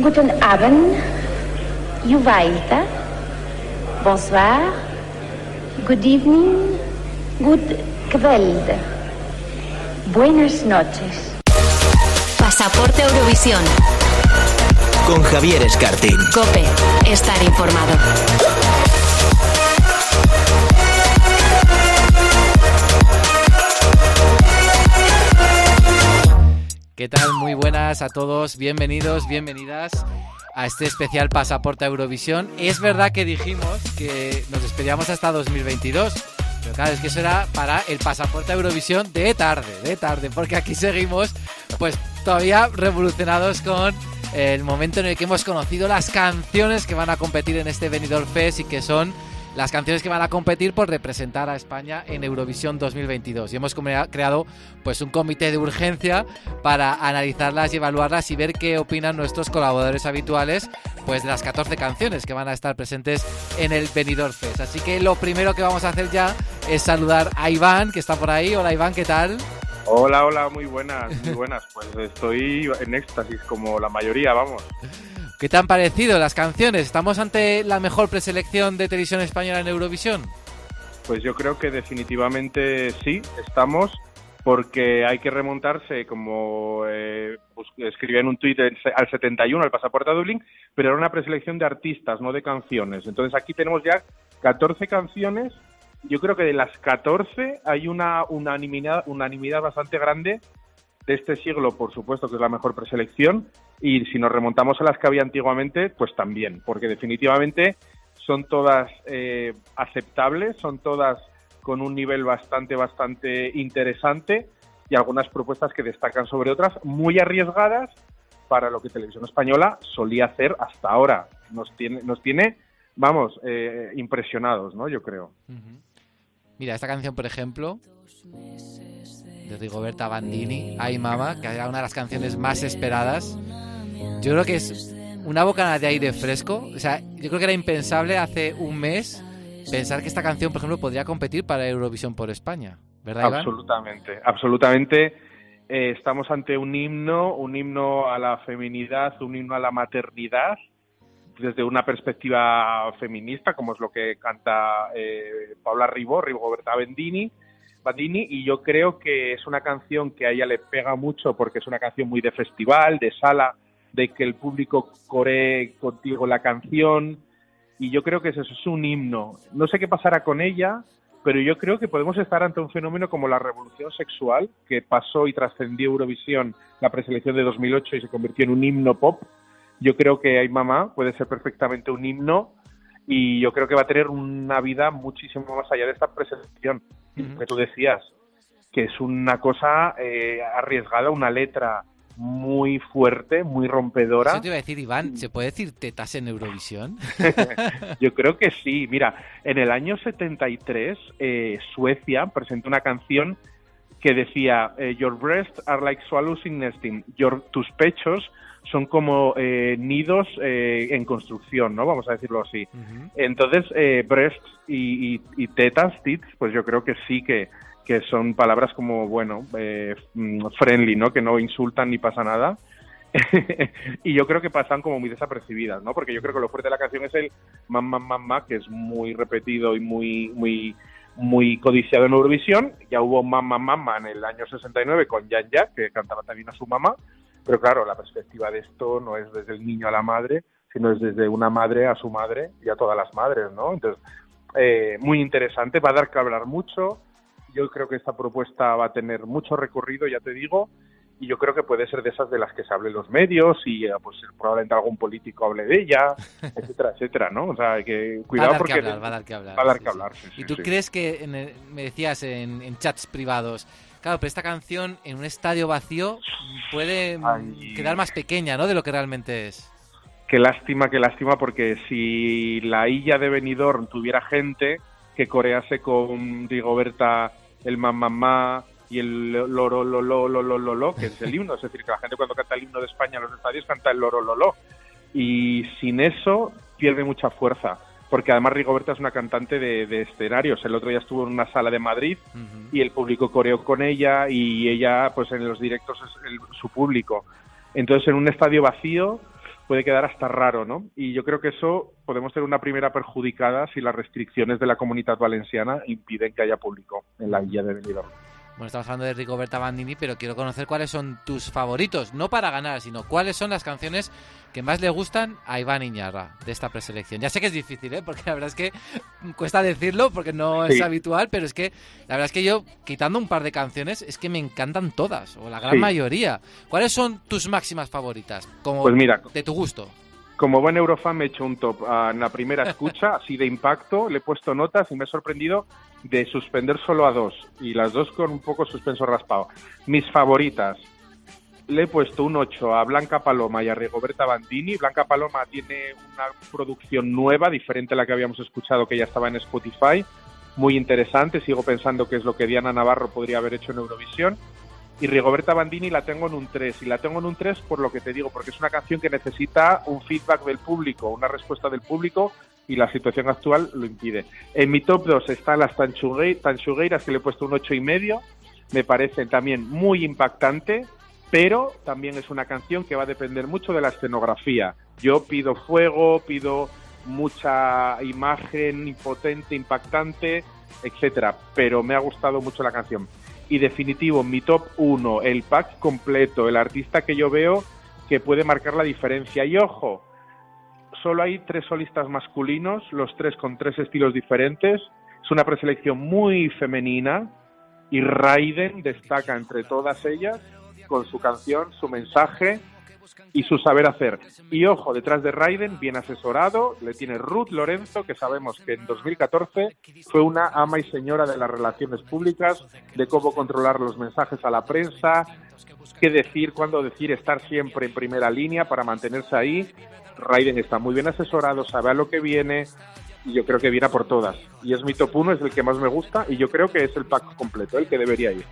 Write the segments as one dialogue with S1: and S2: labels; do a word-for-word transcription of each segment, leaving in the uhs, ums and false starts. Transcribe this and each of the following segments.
S1: Guten Abend, Juvaita, bonsoir, good evening, good Kveld, buenas noches.
S2: Pasaporte Eurovisión.
S3: Con Javier Escartín.
S2: COPE, estar informado.
S4: ¿Qué tal? Muy buenas a todos, bienvenidos, bienvenidas a este especial Pasaporte Eurovisión. Es verdad que dijimos que nos despedíamos hasta dos mil veintidós, pero claro, es que eso era para el Pasaporte Eurovisión de tarde, de tarde, porque aquí seguimos pues todavía revolucionados con el momento en el que hemos conocido las canciones que van a competir en este Benidorm Fest y que son las canciones que van a competir por representar a España en Eurovisión dos mil veintidós. Y hemos creado pues un comité de urgencia para analizarlas y evaluarlas y ver qué opinan nuestros colaboradores habituales pues de las catorce canciones que van a estar presentes en el Benidorm Fest. Así que lo primero que vamos a hacer ya es saludar a Iván, que está por ahí. Hola Iván, ¿qué tal?
S5: Hola, hola, muy buenas, muy buenas. Pues estoy en éxtasis como la mayoría, vamos.
S4: ¿Qué te han parecido las canciones? ¿Estamos ante la mejor preselección de televisión española en Eurovisión?
S5: Pues yo creo que definitivamente sí, estamos, porque hay que remontarse, como eh, pues, escribí en un tuit, al setenta y uno, al Pasaporte a Dublín, pero era una preselección de artistas, no de canciones. Entonces aquí tenemos ya catorce canciones. Yo creo que de las catorce hay una unanimidad, unanimidad bastante grande de este siglo, por supuesto que es la mejor preselección, y si nos remontamos a las que había antiguamente, pues también, porque definitivamente son todas eh, aceptables, son todas con un nivel bastante, bastante interesante y algunas propuestas que destacan sobre otras, muy arriesgadas para lo que Televisión Española solía hacer hasta ahora. Nos tiene, nos tiene vamos, eh, impresionados, ¿no? Yo creo.
S4: Uh-huh. Mira, esta canción, por ejemplo, de Rigoberta Bandini, Ay Mama, que era una de las canciones más esperadas. Yo creo que es una bocanada de aire fresco. O sea, yo creo que era impensable hace un mes pensar que esta canción, por ejemplo, podría competir para Eurovisión por España, ¿verdad, Iván?
S5: Absolutamente, absolutamente. Eh, estamos ante un himno, un himno a la feminidad, un himno a la maternidad, desde una perspectiva feminista, como es lo que canta eh, Paula Ribó, Rigoberta Bandini, Bandini, y yo creo que es una canción que a ella le pega mucho porque es una canción muy de festival, de sala, de que el público coree contigo la canción, y yo creo que eso es un himno. No sé qué pasará con ella, pero yo creo que podemos estar ante un fenómeno como la revolución sexual, que pasó y trascendió Eurovisión, la preselección de dos mil ocho, y se convirtió en un himno pop. Yo creo que Ay Mamá puede ser perfectamente un himno, y yo creo que va a tener una vida muchísimo más allá de esta preselección. Uh-huh. Que tú decías, que es una cosa eh, arriesgada, una letra muy fuerte, muy rompedora.
S4: Eso te iba a decir, Iván, ¿se puede decir tetas en Eurovisión?
S5: Yo creo que sí. Mira, en el año setenta y tres, eh, Suecia presentó una canción que decía eh, Your breasts are like swallows in nesting. Your, tus pechos son como eh, nidos eh, en construcción, ¿no? Vamos a decirlo así. Uh-huh. Entonces, eh, breasts y, y, y tetas, tits, pues yo creo que sí que, que son palabras como, bueno, eh, friendly, ¿no? Que no insultan ni pasa nada. Y yo creo que pasan como muy desapercibidas, ¿no? Porque yo creo que lo fuerte de la canción es el mamá, mamá, que es muy repetido y muy, muy, muy codiciado en Eurovisión. Ya hubo mamá, mamá en el año sesenta y nueve con Jan Jack, que cantaba también a su mamá. Pero claro, la perspectiva de esto no es desde el niño a la madre, sino es desde una madre a su madre y a todas las madres, ¿no? Entonces, eh, muy interesante, va a dar que hablar mucho. Yo creo que esta propuesta va a tener mucho recorrido, ya te digo, y yo creo que puede ser de esas de las que se hable en los medios y pues probablemente algún político hable de ella, etcétera, etcétera, ¿no? O sea, hay que cuidado porque
S4: hablar, va a dar que hablar.
S5: Va a dar
S4: sí,
S5: que hablar.
S4: Sí.
S5: Sí,
S4: ¿Y tú
S5: sí.
S4: crees que, en el, me decías en, en chats privados, claro, pero esta canción en un estadio vacío puede Ay. quedar más pequeña, ¿no?, de lo que realmente es?
S5: Qué lástima, qué lástima, porque si la Illa de Benidorm tuviera gente que corease con Rigoberta el mamá, mamá y el loro, lo, lo, lo, lo, lo, lo, que es el himno, es decir, que la gente cuando canta el himno de España en los estadios canta el loro, lo, lo, y sin eso pierde mucha fuerza. Porque además Rigoberta es una cantante de, de escenarios. El otro día estuvo en una sala de Madrid uh-huh. y el público coreó con ella y ella, pues en los directos es el, su público. Entonces, en un estadio vacío, puede quedar hasta raro, ¿no? Y yo creo que eso podemos ser una primera perjudicada si las restricciones de la Comunitat Valenciana impiden que haya público en la Illa de Benidorm.
S4: Bueno, estamos hablando de Rigoberta Bandini, pero quiero conocer cuáles son tus favoritos, no para ganar, sino cuáles son las canciones que más le gustan a Iván Iñarra de esta preselección. Ya sé que es difícil, ¿eh? Porque la verdad es que cuesta decirlo porque no
S5: sí.
S4: es habitual, pero es que la verdad es que yo, quitando un par de canciones, es que me encantan todas, o la gran
S5: sí.
S4: mayoría. ¿Cuáles son tus máximas favoritas? Como
S5: pues mira,
S4: de tu gusto.
S5: Como buen eurofan me he hecho un top uh, en la primera escucha, así de impacto, le he puesto notas y me he sorprendido de suspender solo a dos, y las dos con un poco suspenso raspado. Mis favoritas, le he puesto un ocho a Blanca Paloma y a Rigoberta Bandini. Blanca Paloma tiene una producción nueva, diferente a la que habíamos escuchado, que ya estaba en Spotify, muy interesante, sigo pensando que es lo que Diana Navarro podría haber hecho en Eurovisión. Y Rigoberta Bandini la tengo en un tres, y la tengo en un tres por lo que te digo, porque es una canción que necesita un feedback del público, una respuesta del público, y la situación actual lo impide. En mi top dos están las Tanchugueiras, que le he puesto un ocho y medio, me parecen también muy impactante, pero también es una canción que va a depender mucho de la escenografía. Yo pido fuego, pido mucha imagen potente, impactante, etcétera, pero me ha gustado mucho la canción. Y definitivo, mi top uno, el pack completo, el artista que yo veo que puede marcar la diferencia. Y ojo, solo hay tres solistas masculinos, los tres con tres estilos diferentes. Es una preselección muy femenina y Raiden destaca entre todas ellas con su canción, su mensaje y su saber hacer. Y ojo, detrás de Raiden, bien asesorado, le tiene Ruth Lorenzo, que sabemos que en dos mil catorce fue una ama y señora de las relaciones públicas, de cómo controlar los mensajes a la prensa, qué decir, cuándo decir, estar siempre en primera línea para mantenerse ahí. Raiden está muy bien asesorado, sabe a lo que viene, y yo creo que viene a por todas. Y es mi top uno, es el que más me gusta, y yo creo que es el pack completo, el que debería ir.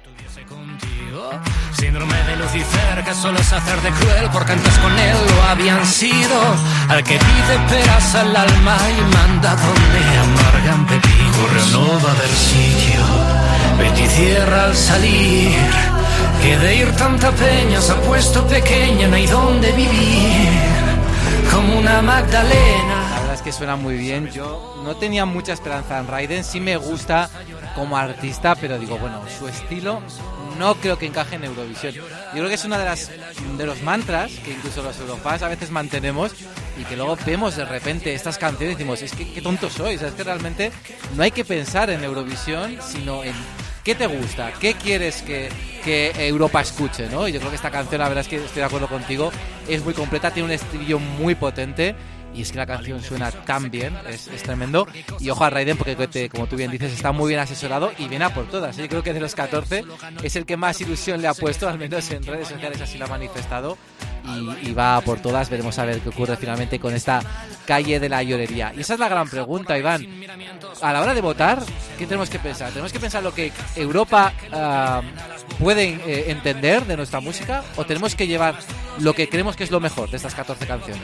S6: Síndrome de Lucifer, que solo es hacer de cruel, porque antes con él lo habían sido. Al que pide peras al alma y manda donde amargan pepino. Corre, no va a haber sitio, Betty cierra al salir. Que de ir tanta peña se ha puesto pequeña, no hay donde vivir. Como una Magdalena.
S4: La verdad es que suena muy bien. Yo no tenía mucha esperanza en Raiden, sí me gusta como artista, pero digo, bueno, su estilo no creo que encaje en Eurovisión. Yo creo que es una de las de los mantras que incluso los eurofans a veces mantenemos y que luego vemos de repente estas canciones y decimos, es que qué tontos sois, es que realmente no hay que pensar en Eurovisión, sino en qué te gusta, qué quieres que, que Europa escuche, ¿no? Y yo creo que esta canción, la verdad es que estoy de acuerdo contigo, es muy completa, tiene un estribillo muy potente. Y es que la canción suena tan bien, es, es tremendo. Y ojo a Raiden porque, te, como tú bien dices, está muy bien asesorado y viene a por todas. Yo creo que de los catorce es el que más ilusión le ha puesto, al menos en redes sociales así lo ha manifestado. Y, y va a por todas, veremos a ver qué ocurre finalmente con esta calle de la llorería. Y esa es la gran pregunta, Iván. A la hora de votar, ¿qué tenemos que pensar? ¿Tenemos que pensar lo que Europa uh, puede eh, entender de nuestra música? ¿O tenemos que llevar lo que creemos que es lo mejor de estas catorce canciones?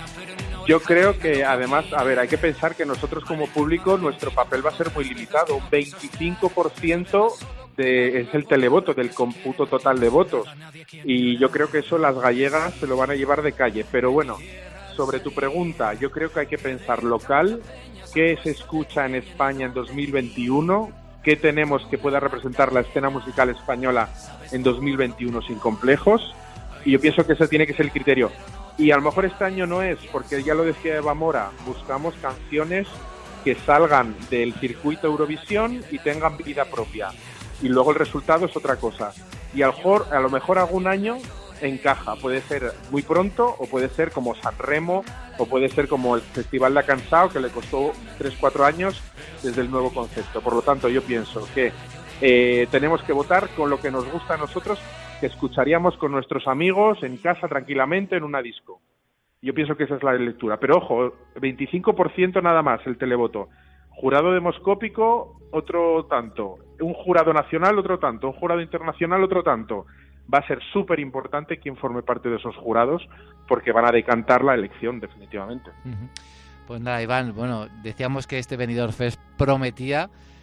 S5: Yo creo que además, a ver, hay que pensar que nosotros como público nuestro papel va a ser muy limitado. Un veinticinco por ciento de, es el televoto del cómputo total de votos. Y yo creo que eso las gallegas se lo van a llevar de calle. Pero bueno, sobre tu pregunta, yo creo que hay que pensar local, qué se escucha en España en dos mil veintiuno, qué tenemos que pueda representar la escena musical española en dos mil veintiuno sin complejos. Y yo pienso que ese tiene que ser el criterio. Y a lo mejor este año no es, porque ya lo decía Eva Mora, buscamos canciones que salgan del circuito Eurovisión y tengan vida propia. Y luego el resultado es otra cosa. Y a lo mejor, a lo mejor algún año encaja, puede ser muy pronto o puede ser como San Remo o puede ser como el Festival de Cansao, que le costó tres cuatro años desde el nuevo concepto. Por lo tanto, yo pienso que eh, tenemos que votar con lo que nos gusta a nosotros, que escucharíamos con nuestros amigos en casa tranquilamente en una disco. Yo pienso que esa es la lectura. Pero ojo, veinticinco por ciento nada más el televoto. Jurado demoscópico, otro tanto. Un jurado nacional, otro tanto. Un jurado internacional, otro tanto. Va a ser súper importante quién forme parte de esos jurados, porque van a decantar la elección, definitivamente.
S4: Pues nada, Iván, bueno, decíamos que este Benidorm Fest prometía.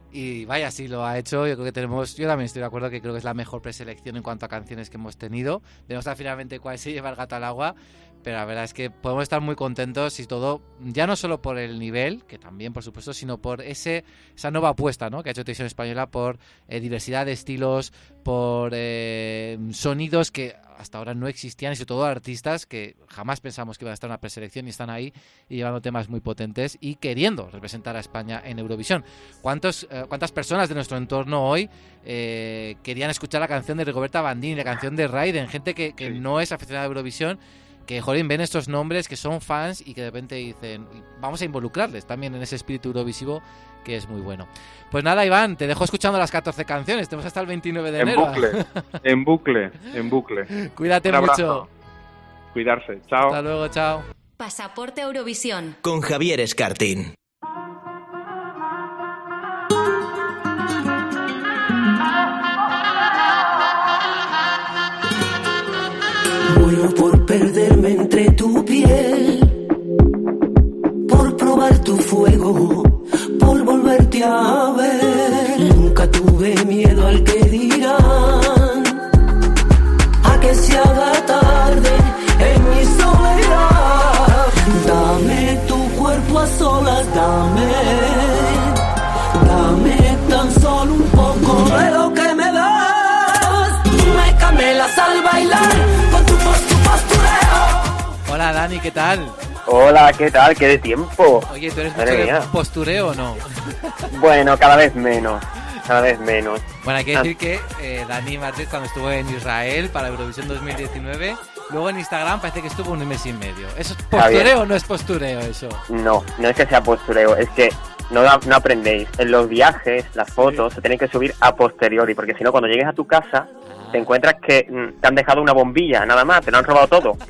S4: Y vaya, sí lo ha hecho. Yo creo que tenemos, yo también estoy de acuerdo que creo que es la mejor preselección en cuanto a canciones que hemos tenido. Veremos al finalmente cuál se lleva el gato al agua, pero la verdad es que podemos estar muy contentos y todo, ya no solo por el nivel, que también por supuesto, sino por ese esa nueva apuesta, ¿no?, que ha hecho Televisión Española por eh, diversidad de estilos, por eh, sonidos que hasta ahora no existían y sobre todo artistas que jamás pensamos que iban a estar en una preselección y están ahí y llevando temas muy potentes y queriendo representar a España en Eurovisión. ¿Cuántos, eh, ¿Cuántas personas de nuestro entorno hoy eh, querían escuchar la canción de Rigoberta Bandini, la canción de Raiden? Gente que, que sí. no es aficionada a Eurovisión, que, jolín, ven estos nombres, que son fans y que de repente dicen, vamos a involucrarles también en ese espíritu eurovisivo que es muy bueno. Pues nada, Iván, te dejo escuchando las catorce canciones, tenemos hasta el veintinueve de enero.
S5: En bucle, en bucle, en bucle.
S4: Cuídate mucho.
S5: Cuidarse, chao.
S4: Hasta luego, chao.
S2: Pasaporte Eurovisión.
S3: Con Javier Escartín.
S7: Muero por perderme entre tu piel, por probar tu fuego, por volverte a ver. Nunca tuve miedo al que dirán, a que se haga tarde en mi soledad. Dame tu cuerpo a solas, dame, dame tan solo un poco de lo que me das. Tú me camelas al bailar con tu postureo.
S4: Hola Dani, ¿qué tal?
S8: Hola, ¿qué tal? ¿Qué de tiempo?
S4: Oye, ¿tú eres mucho de postureo o no?
S8: Bueno, cada vez menos, cada vez menos.
S4: Bueno, hay que decir que eh, Dani Martínez, cuando estuvo en Israel para Eurovisión dos mil diecinueve, luego en Instagram parece que estuvo un mes y medio. ¿Eso es postureo o no es postureo eso?
S8: No, no es que sea postureo, es que no, no aprendéis. En los viajes, las fotos, sí, se tienen que subir a posteriori, porque si no, cuando llegues a tu casa, ah. te encuentras que mm, te han dejado una bombilla, nada más, te lo han robado todo.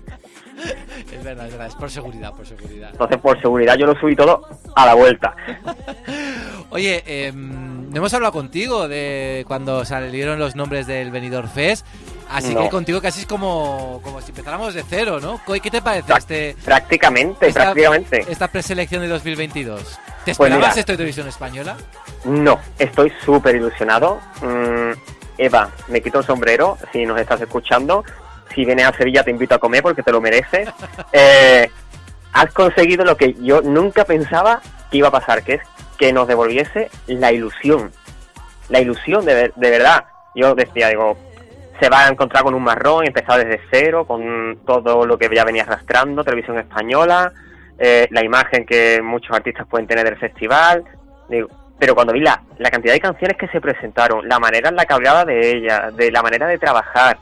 S4: Es verdad, es verdad, es por seguridad, por seguridad.
S8: Entonces, por seguridad, yo lo subí todo a la vuelta.
S4: Oye, eh, no hemos hablado contigo de cuando salieron los nombres del Benidorm Fest, así no. que contigo casi es como, como si empezáramos de cero, ¿no? ¿Qué te parece Prá- este
S8: prácticamente,
S4: esta,
S8: prácticamente.
S4: esta preselección de dos mil veintidós? ¿Te
S8: pues
S4: esperabas
S8: mira,
S4: esto de Televisión Española?
S8: No, estoy súper ilusionado. Mm, Eva, me quito el sombrero si nos estás escuchando. Si vienes a Sevilla te invito a comer porque te lo mereces. Eh, has conseguido lo que yo nunca pensaba que iba a pasar, que es que nos devolviese la ilusión. La ilusión, de, de verdad. Yo decía, digo, se va a encontrar con un marrón, empezar desde cero, con todo lo que ya venía arrastrando, Televisión Española, eh, la imagen que muchos artistas pueden tener del festival. Digo, pero cuando vi la, la cantidad de canciones que se presentaron, la manera en la que hablaba de ella, de la manera de trabajar,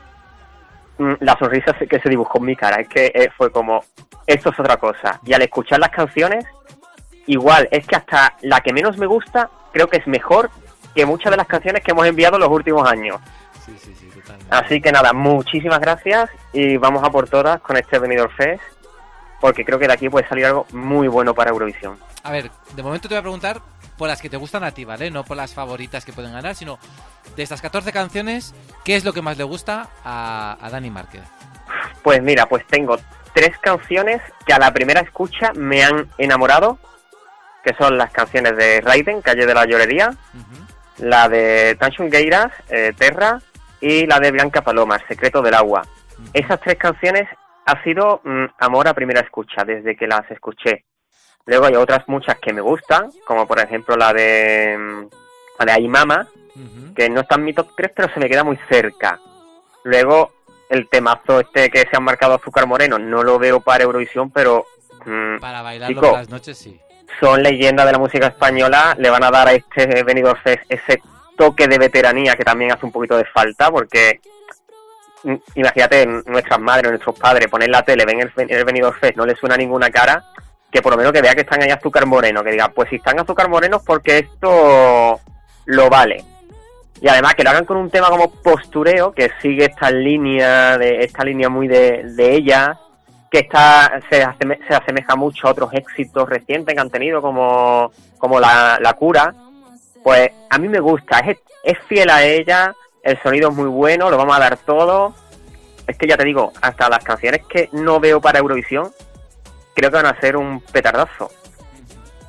S8: la sonrisa que se dibujó en mi cara, es que eh, fue como, esto es otra cosa. Y al escuchar las canciones, igual, es que hasta la que menos me gusta, creo que es mejor que muchas de las canciones que hemos enviado en los últimos años.
S4: Sí, sí, sí, totalmente.
S8: Así que nada, muchísimas gracias y vamos a por todas con este Benidorm Fest, porque creo que de aquí puede salir algo muy bueno para Eurovisión.
S4: A ver, de momento te voy a preguntar por las que te gustan a ti, ¿vale? No por las favoritas que pueden ganar, sino de estas catorce canciones, ¿qué es lo que más le gusta a, a Dani Márquez?
S8: Pues mira, pues tengo tres canciones que a la primera escucha me han enamorado, que son las canciones de Raiden, Calle de la Llorería, uh-huh. la de Tanxun Gueiras, eh, Terra, y la de Blanca Paloma, Secreto del Agua. Uh-huh. Esas tres canciones ha sido mm, amor a primera escucha, desde que las escuché. Luego hay otras muchas que me gustan, como por ejemplo la de la de Ay Mama, uh-huh. que no está en mi top tres, pero se me queda muy cerca. Luego el temazo este que se han marcado Azúcar Moreno, no lo veo para Eurovisión, pero mmm,
S4: para bailarlo
S8: chico,
S4: por las noches sí.
S8: Son leyendas de la música española, le van a dar a este Benidorm Fest ese toque de veteranía que también hace un poquito de falta, porque imagínate, nuestras madres, nuestros padres, poner la tele, ven el, el Benidorm Fest, no les suena ninguna cara, que por lo menos que vea que están ahí Azúcar Moreno, que digan, pues si están Azúcar Moreno es porque esto lo vale. Y además que lo hagan con un tema como postureo, que sigue esta línea de esta línea muy de, de ella, que está se, aseme, se asemeja mucho a otros éxitos recientes que han tenido, como, como la, la Cura. Pues a mí me gusta, es, es fiel a ella, el sonido es muy bueno, lo vamos a dar todo. Es que ya te digo, hasta las canciones que no veo para Eurovisión, creo que van a ser un petardazo.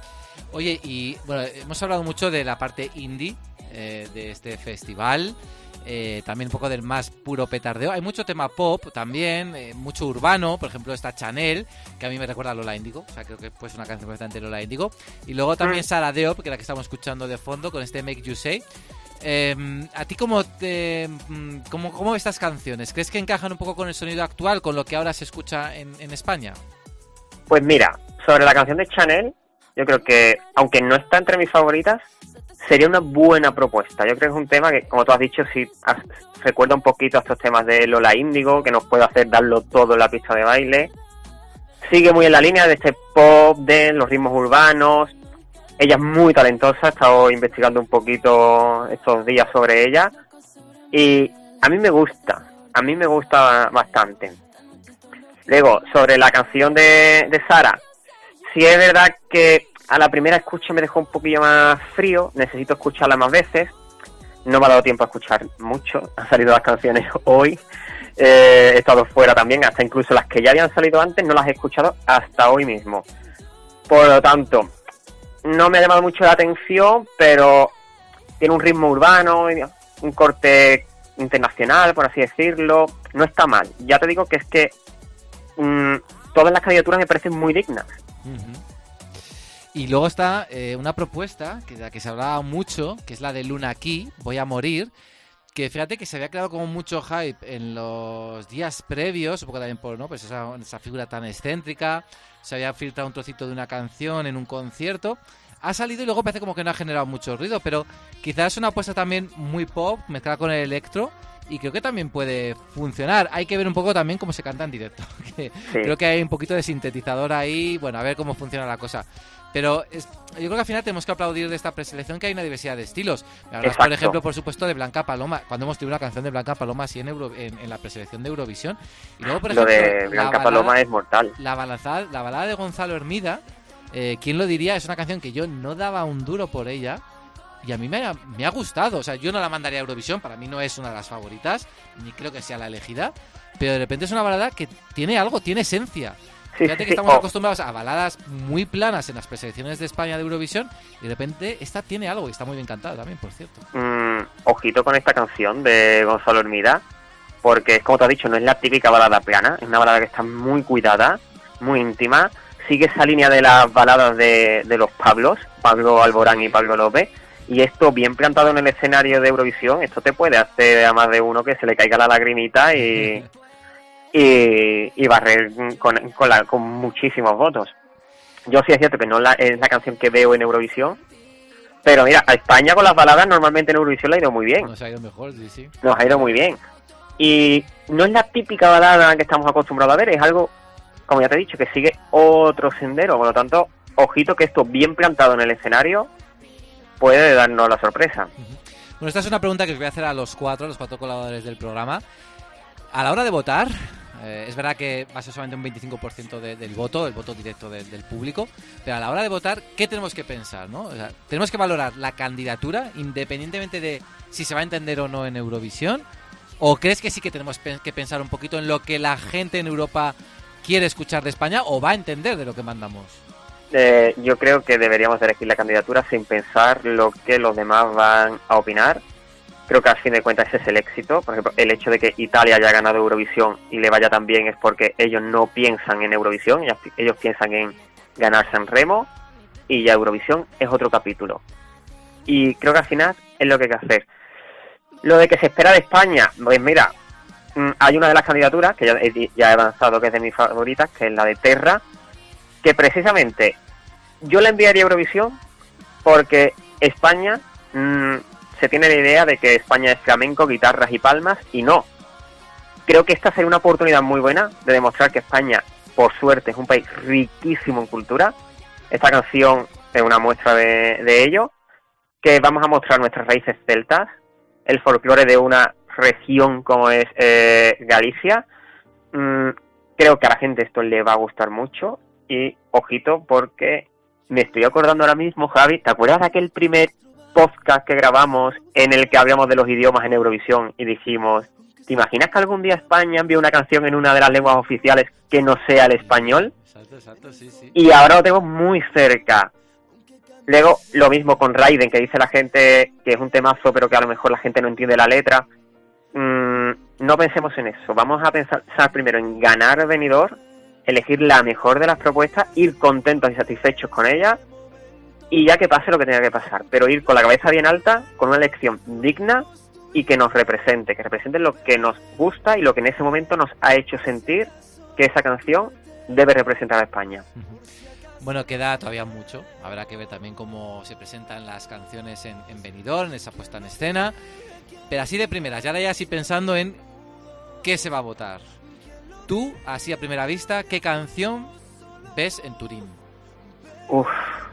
S4: Oye, y bueno, hemos hablado mucho de la parte indie eh, de este festival. Eh, también un poco del más puro petardeo. Hay mucho tema pop también, eh, mucho urbano, por ejemplo esta Chanel, que a mí me recuerda a Lola Índigo, o sea, creo que pues una canción completamente de Lola Índigo. Y luego también Sara Diop, que es la que estamos escuchando de fondo con este Make You Say. Eh, ¿A ti cómo te cómo, cómo ves estas canciones? ¿Crees que encajan un poco con el sonido actual, con lo que ahora se escucha en, en España?
S8: Pues mira, sobre la canción de Chanel, yo creo que, aunque no está entre mis favoritas, sería una buena propuesta. Yo creo que es un tema que, como tú has dicho, sí recuerda un poquito a estos temas de Lola Índigo, que nos puede hacer darlo todo en la pista de baile. Sigue muy en la línea de este pop, de los ritmos urbanos. Ella es muy talentosa, he estado investigando un poquito estos días sobre ella. Y a mí me gusta, a mí me gusta bastante. Luego, sobre la canción de, de Sara, sí es verdad que a la primera escucha me dejó un poquillo más frío, necesito escucharla más veces, no me ha dado tiempo a escuchar mucho, han salido las canciones hoy, eh, he estado fuera también, hasta incluso las que ya habían salido antes no las he escuchado hasta hoy mismo. Por lo tanto, no me ha llamado mucho la atención, pero tiene un ritmo urbano, un corte internacional, por así decirlo, no está mal. Ya te digo que es que mmm, todas las candidaturas me parecen muy dignas.
S4: Uh-huh. Y luego está eh, una propuesta que de la que se hablaba mucho, que es la de Luna Key, Voy a morir, que fíjate que se había creado como mucho hype en los días previos, un poco también por, ¿no?, pues esa, esa figura tan excéntrica, se había filtrado un trocito de una canción en un concierto, ha salido y luego parece como que no ha generado mucho ruido, pero quizás es una apuesta también muy pop, mezclada con el electro, y creo que también puede funcionar. Hay que ver un poco también cómo se canta en directo, que sí. Creo que hay un poquito de sintetizador ahí, bueno, a ver cómo funciona la cosa. Pero es, yo creo que al final tenemos que aplaudir de esta preselección que hay una diversidad de estilos. Me hablas, por ejemplo, por supuesto, de Blanca Paloma, cuando hemos tenido una canción de Blanca Paloma así en, Euro, en, en la preselección de Eurovisión. Y luego, por ejemplo,
S8: lo de Blanca balada, Paloma es mortal.
S4: La balada, la balada de Gonzalo Hermida, eh, ¿quién lo diría? Es una canción que yo no daba un duro por ella. Y a mí me ha, me ha gustado, o sea, yo no la mandaría a Eurovisión, para mí no es una de las favoritas, ni creo que sea la elegida, pero de repente es una balada que tiene algo, tiene esencia. Sí, Fíjate sí, que estamos oh. acostumbrados a baladas muy planas en las preselecciones de España de Eurovisión, y de repente esta tiene algo, y está muy bien cantada también, por cierto.
S8: Mm, ojito con esta canción de Gonzalo Hermida, porque, como te has dicho, no es la típica balada plana, es una balada que está muy cuidada, muy íntima, sigue esa línea de las baladas de, de los Pablos, Pablo Alborán y Pablo López. Y esto bien plantado en el escenario de Eurovisión, esto te puede hacer a más de uno que se le caiga la lagrimita y, y, y barrer con, con, la, con muchísimos votos. Yo sí es cierto que no la, es la canción que veo en Eurovisión, pero mira, a España con las baladas normalmente en Eurovisión le ha ido muy bien.
S4: Nos ha ido mejor, sí, sí.
S8: Nos ha ido muy bien. Y no es la típica balada que estamos acostumbrados a ver, es algo, como ya te he dicho, que sigue otro sendero. Por lo tanto, ojito que esto bien plantado en el escenario puede darnos la sorpresa.
S4: Bueno, esta es una pregunta que os voy a hacer a los cuatro, a los cuatro colaboradores del programa. A la hora de votar, eh, es verdad que va a ser solamente un veinticinco por ciento de, del voto, el voto directo de, del público, pero a la hora de votar, ¿qué tenemos que pensar, ¿no? O sea, tenemos que valorar la candidatura independientemente de si se va a entender o no en Eurovisión, ¿o crees que sí que tenemos que pensar un poquito en lo que la gente en Europa quiere escuchar de España o va a entender de lo que mandamos?
S8: Eh, yo creo que deberíamos elegir la candidatura sin pensar lo que los demás van a opinar. Creo que al fin de cuentas ese es el éxito. Por ejemplo, el hecho de que Italia haya ganado Eurovisión y le vaya tan bien es porque ellos no piensan en Eurovisión, ellos, ellos piensan en ganar San Remo y ya Eurovisión es otro capítulo. Y creo que al final es lo que hay que hacer. Lo de que se espera de España, pues mira, hay una de las candidaturas que ya he, ya he avanzado que es de mis favoritas, que es la de Terra, que precisamente yo la enviaría a Eurovisión porque España mmm, se tiene la idea de que España es flamenco, guitarras y palmas, y no. Creo que esta sería una oportunidad muy buena de demostrar que España, por suerte, es un país riquísimo en cultura. Esta canción es una muestra de, de ello, que vamos a mostrar nuestras raíces celtas, el folclore de una región como es eh, Galicia. Mm, creo que a la gente esto le va a gustar mucho. Y, ojito, porque me estoy acordando ahora mismo, Javi, ¿te acuerdas de aquel primer podcast que grabamos en el que hablamos de los idiomas en Eurovisión y dijimos, ¿te imaginas que algún día España envíe una canción en una de las lenguas oficiales que no sea el español?
S4: Exacto, exacto, sí, sí.
S8: Y ahora lo tenemos muy cerca. Luego, lo mismo con Raiden, que dice la gente que es un temazo, pero que a lo mejor la gente no entiende la letra. Mm, no pensemos en eso. Vamos a pensar primero en ganar Benidorm, elegir la mejor de las propuestas, ir contentos y satisfechos con ella, y ya que pase lo que tenga que pasar. Pero ir con la cabeza bien alta, con una elección digna y que nos represente, que represente lo que nos gusta y lo que en ese momento nos ha hecho sentir que esa canción debe representar a España.
S4: Bueno, queda todavía mucho. Habrá que ver también cómo se presentan las canciones en, en Benidorm, en esa puesta en escena. Pero así de primeras, ya ahora ya así pensando en qué se va a votar. Tú, así a primera vista, ¿qué canción ves en Turín?
S8: Uf.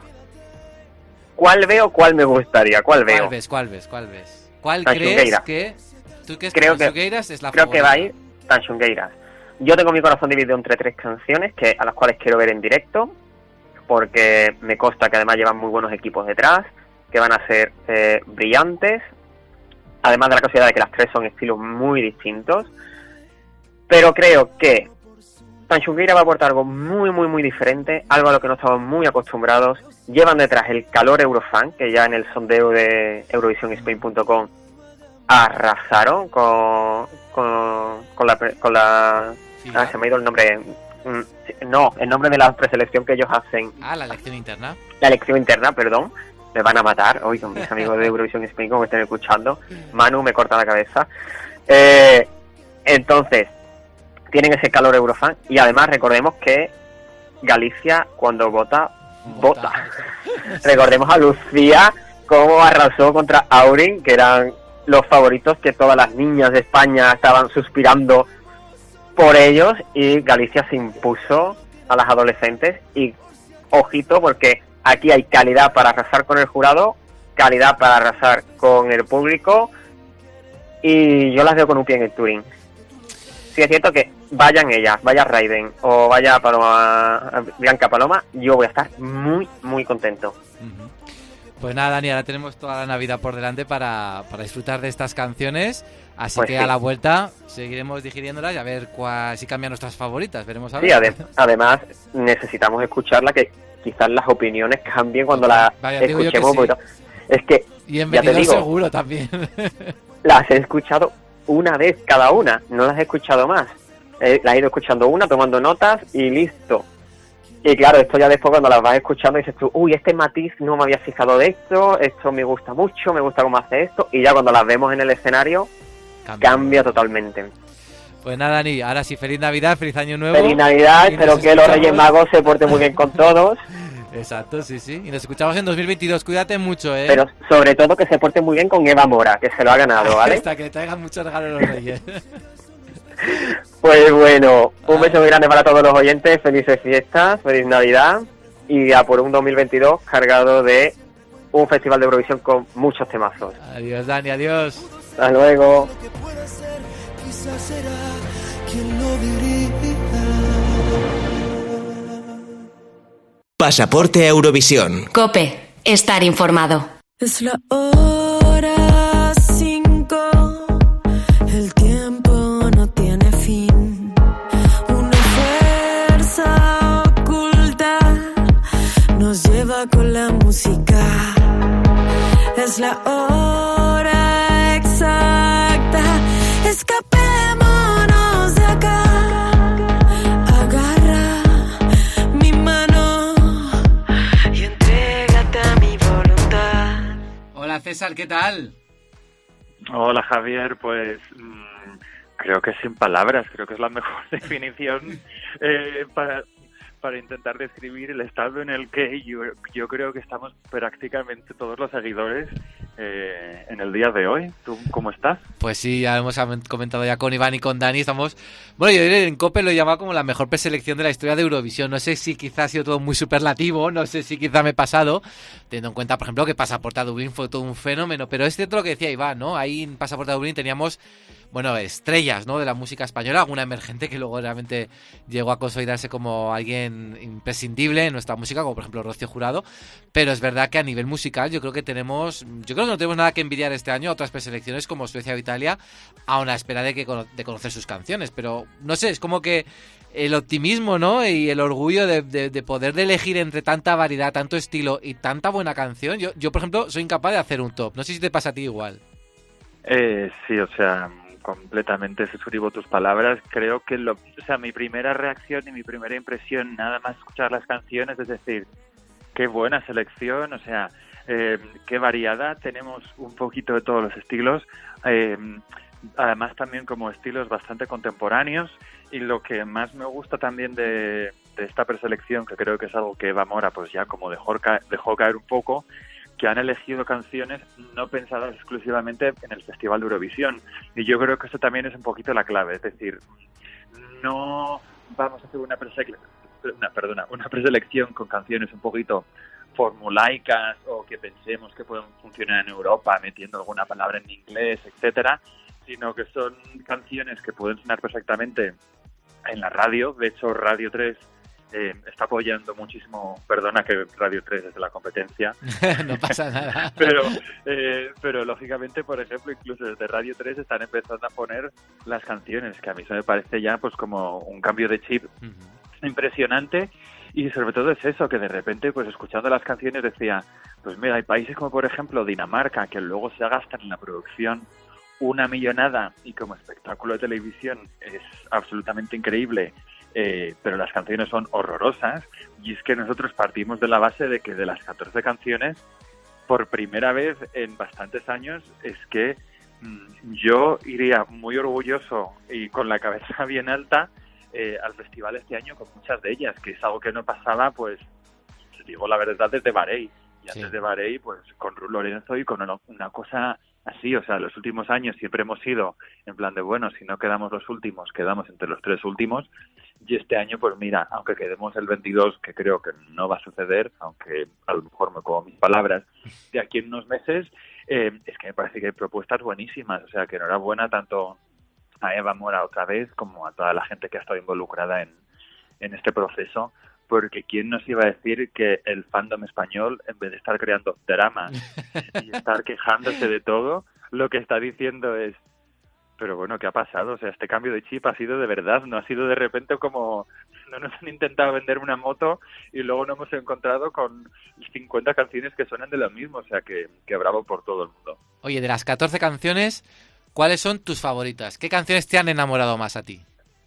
S8: ¿Cuál veo? ¿Cuál me gustaría? ¿Cuál veo?
S4: ¿Cuál ves? ¿Cuál ves? ¿Cuál ves? ¿Cuál
S8: Tanxungueira.
S4: crees que... ¿Tú crees
S8: creo
S4: que Tanxungueiras es la
S8: creo
S4: favorita?
S8: que va a ir Tanxungueiras. Yo tengo mi corazón dividido entre tres canciones que a las cuales quiero ver en directo, porque me consta que además llevan muy buenos equipos detrás, que van a ser eh, brillantes, además de la casualidad de que las tres son estilos muy distintos, pero creo que Tanxungueira va a aportar algo muy, muy, muy diferente, algo a lo que no estamos muy acostumbrados. Llevan detrás el calor Eurofan, que ya en el sondeo de Eurovision Spain punto com arrasaron con, con, con la... Con la sí, ah, se me ha ido el nombre... No, el nombre de la preselección que ellos hacen.
S4: Ah, la elección interna.
S8: La elección interna, perdón. Me van a matar hoy con mis amigos de Eurovision Spain, como estén escuchando. Manu me corta la cabeza. Eh, entonces, tienen ese calor Eurofan. Y además recordemos que Galicia, cuando vota, vota. vota. Recordemos a Lucía, cómo arrasó contra Aurin, que eran los favoritos que todas las niñas de España estaban suspirando por ellos, y Galicia se impuso a las adolescentes. Y ojito, porque aquí hay calidad para arrasar con el jurado, calidad para arrasar con el público, y yo las veo con un pie en el Turín. Sí es cierto que vayan ellas, vaya Raiden o vaya Paloma, Bianca Paloma, yo voy a estar muy, muy contento.
S4: Uh-huh. Pues nada, Dani, ahora tenemos toda la Navidad por delante para, para disfrutar de estas canciones. Así pues que sí, a la vuelta seguiremos digiriéndolas y a ver cuál, si cambian nuestras favoritas. Veremos a ver.
S8: Sí, ade- además necesitamos escucharla, que quizás las opiniones cambien cuando las escuchemos. Que sí. Es que,
S4: y en
S8: ya te digo,
S4: seguro también.
S8: Las he escuchado una vez cada una, no las he escuchado más. Eh, las he ido escuchando una, tomando notas y listo. Y claro, esto ya después cuando las vas escuchando dices tú, uy, este matiz no me había fijado de esto, esto me gusta mucho, me gusta cómo hace esto, y ya cuando las vemos en el escenario, cambia, cambia totalmente.
S4: Pues nada, Dani, ahora sí, feliz Navidad, feliz Año Nuevo.
S8: Feliz Navidad, espero que los Reyes Magos se porten muy bien con todos.
S4: Exacto, sí, sí. Y nos escuchamos en dos mil veintidós, cuídate mucho, ¿eh?
S8: Pero sobre todo que se porten muy bien con Eva Mora, que se lo ha ganado, ¿vale?
S4: Hasta que traigan muchos regalos los Reyes.
S8: Pues bueno, un beso muy grande para todos los oyentes, felices fiestas, feliz Navidad, y a por un dos mil veintidós cargado de un festival de Eurovisión con muchos temazos.
S4: Adiós, Dani, adiós.
S8: Hasta luego.
S3: Pasaporte Eurovisión.
S2: COPE, estar informado.
S9: Es la hora cinco, el tiempo no tiene fin. Una fuerza oculta nos lleva con la música. Es la hora exacta, escapémonos de acá. Agarra mi mano y entrégate a mi voluntad.
S4: Hola César, ¿qué tal?
S10: Hola Javier, pues mmm, creo que sin palabras, creo que es la mejor definición eh, para, para intentar describir el estado en el que yo, yo creo que estamos prácticamente todos los seguidores eh, en el día de hoy. ¿Tú cómo estás?
S4: Pues sí, ya hemos comentado ya con Iván y con Dani, estamos... Bueno, yo en COPE lo he llamado como la mejor preselección de la historia de Eurovisión. No sé si quizá ha sido todo muy superlativo, no sé si quizá me he pasado, teniendo en cuenta, por ejemplo, que Pasaporte a Dublín fue todo un fenómeno, pero es cierto lo que decía Iván, ¿no? Ahí en Pasaporte a Dublín teníamos, bueno, estrellas, ¿no?, de la música española, alguna emergente que luego realmente llegó a consolidarse como alguien imprescindible en nuestra música, como por ejemplo Rocío Jurado, pero es verdad que a nivel musical yo creo que tenemos, yo creo nosotros no tenemos nada que envidiar este año a otras preselecciones como Suecia o Italia, aún a espera de, que, de conocer sus canciones. Pero, no sé, es como que el optimismo, ¿no? Y el orgullo de, de, de poder elegir entre tanta variedad, tanto estilo y tanta buena canción. Yo, yo, por ejemplo, soy incapaz de hacer un top. No sé si te pasa a ti igual.
S10: Eh, sí, o sea, completamente suscribo tus palabras. Creo que, lo, o sea, mi primera reacción y mi primera impresión, nada más escuchar las canciones, es decir, qué buena selección, o sea, eh, qué variada. Tenemos un poquito de todos los estilos. Eh, además también como estilos bastante contemporáneos, y lo que más me gusta también de, de esta preselección, que creo que es algo que Eva Mora pues ya como dejó, ca- dejó caer un poco, que han elegido canciones no pensadas exclusivamente en el Festival de Eurovisión, y yo creo que eso también es un poquito la clave, es decir, no vamos a hacer una preselección, una, perdona, una preselección con canciones un poquito formulaicas o que pensemos que pueden funcionar en Europa metiendo alguna palabra en inglés, etcétera, sino que son canciones que pueden sonar perfectamente en la radio. De hecho, Radio tres eh, está apoyando muchísimo, perdona que Radio tres es de la competencia.
S4: No pasa nada.
S10: pero, eh, pero lógicamente, por ejemplo, incluso desde Radio tres están empezando a poner las canciones, que a mí eso me parece ya pues como un cambio de chip uh-huh. impresionante. Y sobre todo es eso, que de repente, pues escuchando las canciones decía, pues mira, hay países como por ejemplo Dinamarca, que luego se gastan en la producción una millonada y como espectáculo de televisión es absolutamente increíble, eh, pero las canciones son horrorosas, y es que nosotros partimos de la base de que de las catorce canciones, por primera vez en bastantes años, es que mmm, yo iría muy orgulloso y con la cabeza bien alta eh, al festival este año con muchas de ellas, que es algo que no pasaba, pues, digo la verdad, desde Bahrein, y antes sí. de Bahrein, pues con Ruth Lorenzo y con una, una cosa así, o sea, los últimos años siempre hemos sido en plan de, bueno, si no quedamos los últimos, quedamos entre los tres últimos, y este año, pues mira, aunque quedemos el veintidós, que creo que no va a suceder, aunque a lo mejor me como mis palabras, de aquí en unos meses, eh, es que me parece que hay propuestas buenísimas, o sea, que enhorabuena tanto a Eva Mora otra vez, como a toda la gente que ha estado involucrada en, en este proceso, porque quién nos iba a decir que el fandom español, en vez de estar creando dramas y estar quejándose de todo, lo que está diciendo es, pero bueno, ¿qué ha pasado? O sea, este cambio de chip ha sido de verdad, no ha sido de repente como, no nos han intentado vender una moto y luego nos hemos encontrado con cincuenta canciones que suenan de lo mismo, o sea, que, que bravo por todo el mundo.
S4: Oye, de las catorce canciones, ¿cuáles son tus favoritas? ¿Qué canciones te han enamorado más a ti?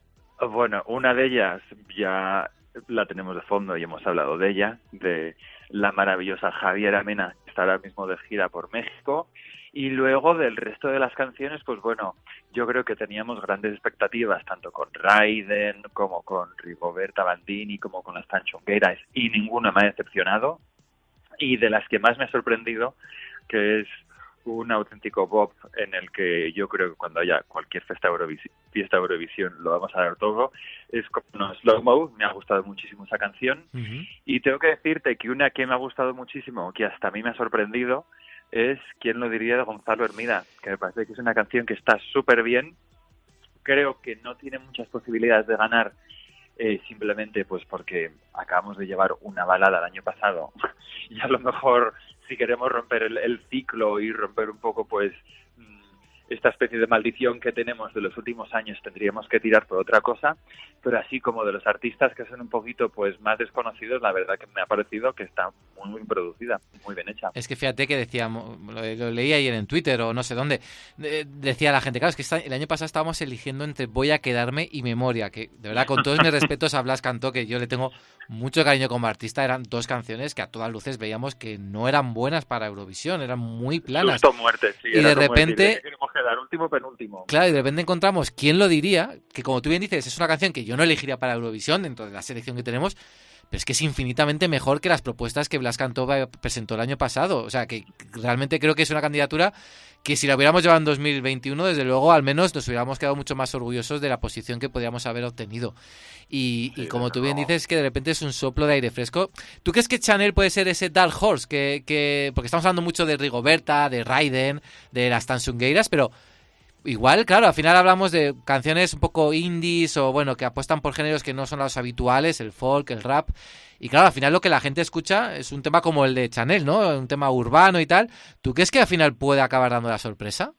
S10: Bueno, una de ellas ya la tenemos de fondo y hemos hablado de ella, de la maravillosa Javiera Mena, que está ahora mismo de gira por México, y luego del resto de las canciones, pues bueno, yo creo que teníamos grandes expectativas, tanto con Raiden, como con Rigoberta Bandini, como con las Tanchongueras, y ninguna me ha decepcionado, y de las que más me ha sorprendido, que es un auténtico bop en el que yo creo que cuando haya cualquier fiesta Eurovisión, fiesta Eurovisión lo vamos a dar todo, es como no, Slow Mo. Me ha gustado muchísimo esa canción, uh-huh. y tengo que decirte que una que me ha gustado muchísimo, que hasta a mí me ha sorprendido, es ¿Quién lo diría? De Gonzalo Hermida, que me parece que es una canción que está súper bien. Creo que no tiene muchas posibilidades de ganar, eh, simplemente pues porque acabamos de llevar una balada el año pasado y a lo mejor si queremos romper el, el ciclo y romper un poco pues esta especie de maldición que tenemos de los últimos años, tendríamos que tirar por otra cosa, pero así como de los artistas que son un poquito pues más desconocidos, la verdad que me ha parecido que está muy bien producida, muy bien hecha.
S4: Es que fíjate que decíamos, lo, lo leí ayer en Twitter o no sé dónde, de, decía la gente, claro, es que está, el año pasado estábamos eligiendo entre Voy a quedarme y Memoria, que de verdad con todos mis respetos a Blas Cantó, que yo le tengo mucho cariño como artista, eran dos canciones que a todas luces veíamos que no eran buenas para Eurovisión, eran muy planas.
S10: Susto muerte, sí.
S4: Y de repente...
S10: Quedar último penúltimo.
S4: Claro, y de repente encontramos ¿Quién lo diría? Que como tú bien dices, es una canción que yo no elegiría para Eurovisión dentro de la selección que tenemos, pero es que es infinitamente mejor que las propuestas que Blas Cantó presentó el año pasado. O sea, que realmente creo que es una candidatura que si la hubiéramos llevado en dos mil veintiuno, desde luego al menos nos hubiéramos quedado mucho más orgullosos de la posición que podríamos haber obtenido. Y, sí, y como tú bien no. dices, que de repente es un soplo de aire fresco. ¿Tú crees que Chanel puede ser ese Dark Horse? Que, que porque estamos hablando mucho de Rigoberta, de Raiden, de las Tansungueiras, pero igual, claro, al final hablamos de canciones un poco indies o bueno, que apuestan por géneros que no son los habituales, el folk, el rap. Y claro, al final lo que la gente escucha es un tema como el de Chanel, ¿no? Un tema urbano y tal. ¿Tú crees que al final puede acabar dando la sorpresa?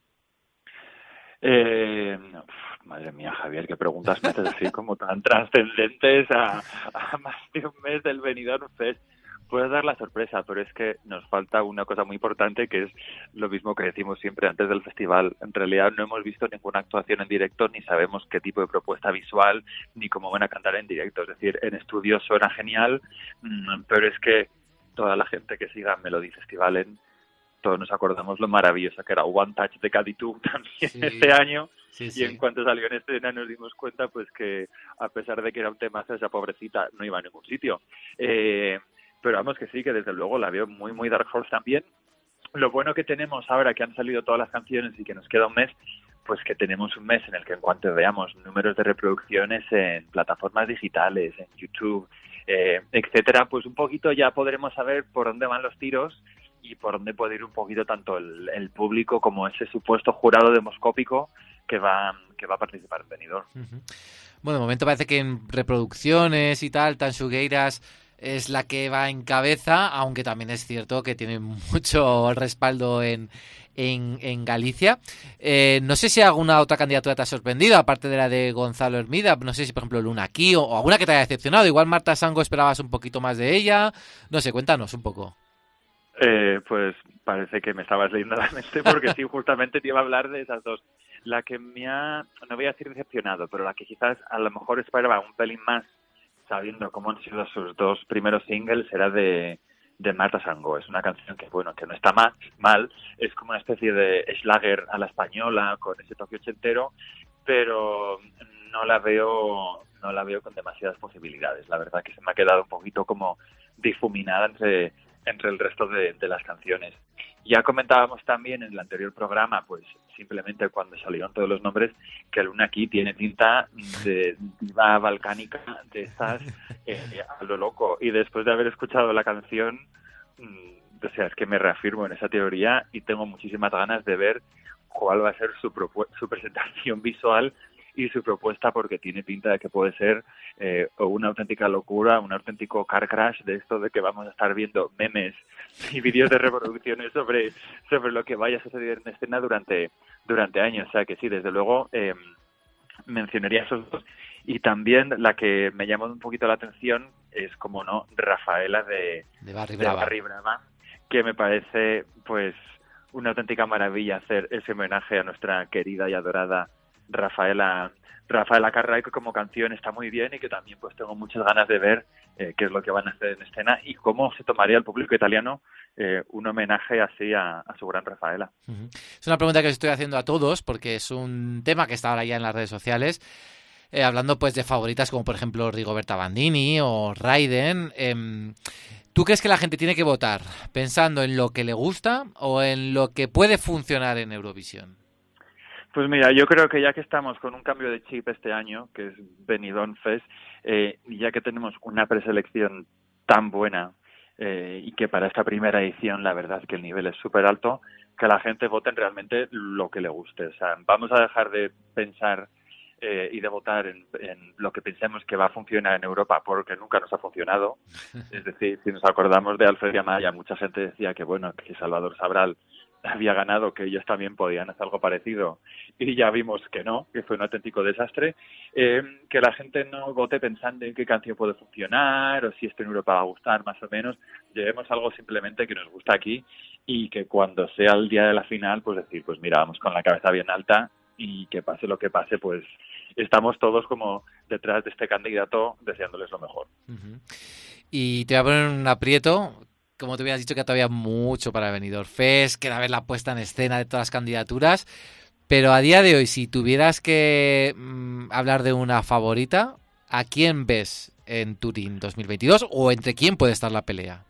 S10: Eh, uf, madre mía, Javier, qué preguntas metes así como tan trascendentes a, a más de un mes del Benidorm Fest. Puedes dar la sorpresa, pero es que nos falta una cosa muy importante, que es lo mismo que decimos siempre antes del festival. En realidad no hemos visto ninguna actuación en directo, ni sabemos qué tipo de propuesta visual, ni cómo van a cantar en directo. Es decir, en estudio suena genial, pero es que toda la gente que siga Melody Festivalen, todos nos acordamos lo maravillosa que era One Touch de Cady Two también sí, este año. Sí, sí. Y en cuanto salió en escena nos dimos cuenta pues que a pesar de que era un tema, esa pobrecita no iba a ningún sitio. Eh... Pero vamos que sí, que desde luego la veo muy, muy Dark Horse también. Lo bueno que tenemos ahora que han salido todas las canciones y que nos queda un mes, pues que tenemos un mes en el que en cuanto veamos números de reproducciones en plataformas digitales, en YouTube, eh, etcétera, pues un poquito ya podremos saber por dónde van los tiros y por dónde puede ir un poquito tanto el, el público como ese supuesto jurado demoscópico que va, que va a participar en Benidorm.
S4: Uh-huh. Bueno, de momento parece que en reproducciones y tal, Tanxugueiras es la que va en cabeza, aunque también es cierto que tiene mucho respaldo en, en, en Galicia. Eh, no sé si alguna otra candidatura te ha sorprendido, aparte de la de Gonzalo Hermida. No sé si, por ejemplo, Luna Key o, o alguna que te haya decepcionado. Igual Marta Sango esperabas un poquito más de ella. No sé, cuéntanos un poco.
S10: Eh, pues parece que me estabas leyendo la mente porque sí, justamente te iba a hablar de esas dos. La que me ha, no voy a decir decepcionado, pero la que quizás a lo mejor esperaba un pelín más, sabiendo cómo han sido sus dos primeros singles, era de, de Marta Sango. Es una canción que, bueno, que no está mal, mal, es como una especie de Schlager a la española, con ese toque ochentero, pero no la veo, no la veo con demasiadas posibilidades. La verdad que se me ha quedado un poquito como difuminada entre, entre el resto de, de las canciones. Ya comentábamos también en el anterior programa, pues simplemente cuando salieron todos los nombres, que Luna Key tiene tinta de diva balcánica, de esas eh, a lo loco. Y después de haber escuchado la canción, mmm, o sea, es que me reafirmo en esa teoría y tengo muchísimas ganas de ver cuál va a ser su, propu- su presentación visual y su propuesta, porque tiene pinta de que puede ser eh, una auténtica locura, un auténtico car crash de esto de que vamos a estar viendo memes y vídeos de reproducciones sobre sobre lo que vaya a suceder en escena durante durante años. O sea que sí, desde luego eh, mencionaría esos dos. Y también la que me llamó un poquito la atención es, como no, Rafaela de,
S4: de Barry
S10: de
S4: Brava.
S10: Barry Brava, que me parece pues una auténtica maravilla hacer ese homenaje a nuestra querida y adorada Rafaela Rafaela Carrà, que como canción está muy bien y que también pues tengo muchas ganas de ver eh, qué es lo que van a hacer en escena y cómo se tomaría el público italiano eh, un homenaje así a, a su gran Rafaela.
S4: Uh-huh. Es una pregunta que os estoy haciendo a todos porque es un tema que está ahora ya en las redes sociales, eh, hablando pues de favoritas como por ejemplo Rigoberta Bandini o Raiden. Eh, ¿Tú crees que la gente tiene que votar pensando en lo que le gusta o en lo que puede funcionar en Eurovisión?
S10: Pues mira, yo creo que ya que estamos con un cambio de chip este año, que es Benidorm Fest, eh, ya que tenemos una preselección tan buena eh, y que para esta primera edición la verdad es que el nivel es súper alto, que la gente vote en realmente lo que le guste. O sea, vamos a dejar de pensar eh, y de votar en, en lo que pensemos que va a funcionar en Europa, porque nunca nos ha funcionado. Es decir, si nos acordamos de Alfred Amaya, mucha gente decía que bueno, que Salvador Sabral había ganado, que ellos también podían hacer algo parecido, y ya vimos que no, que fue un auténtico desastre. Eh, que la gente no vote pensando en qué canción puede funcionar o si esto en Europa va a gustar, más o menos. Llevemos algo simplemente que nos gusta aquí y que cuando sea el día de la final, pues decir, pues mira, vamos con la cabeza bien alta y que pase lo que pase, pues estamos todos como detrás de este candidato deseándoles lo mejor.
S4: Uh-huh. Y te voy a poner un aprieto. Como te hubieras dicho, que todavía mucho para Benidorm Fest, queda ver la puesta en escena de todas las candidaturas, pero a día de hoy, si tuvieras que mmm, hablar de una favorita, ¿a quién ves en Turín dos mil veintidós o entre quién puede estar la pelea?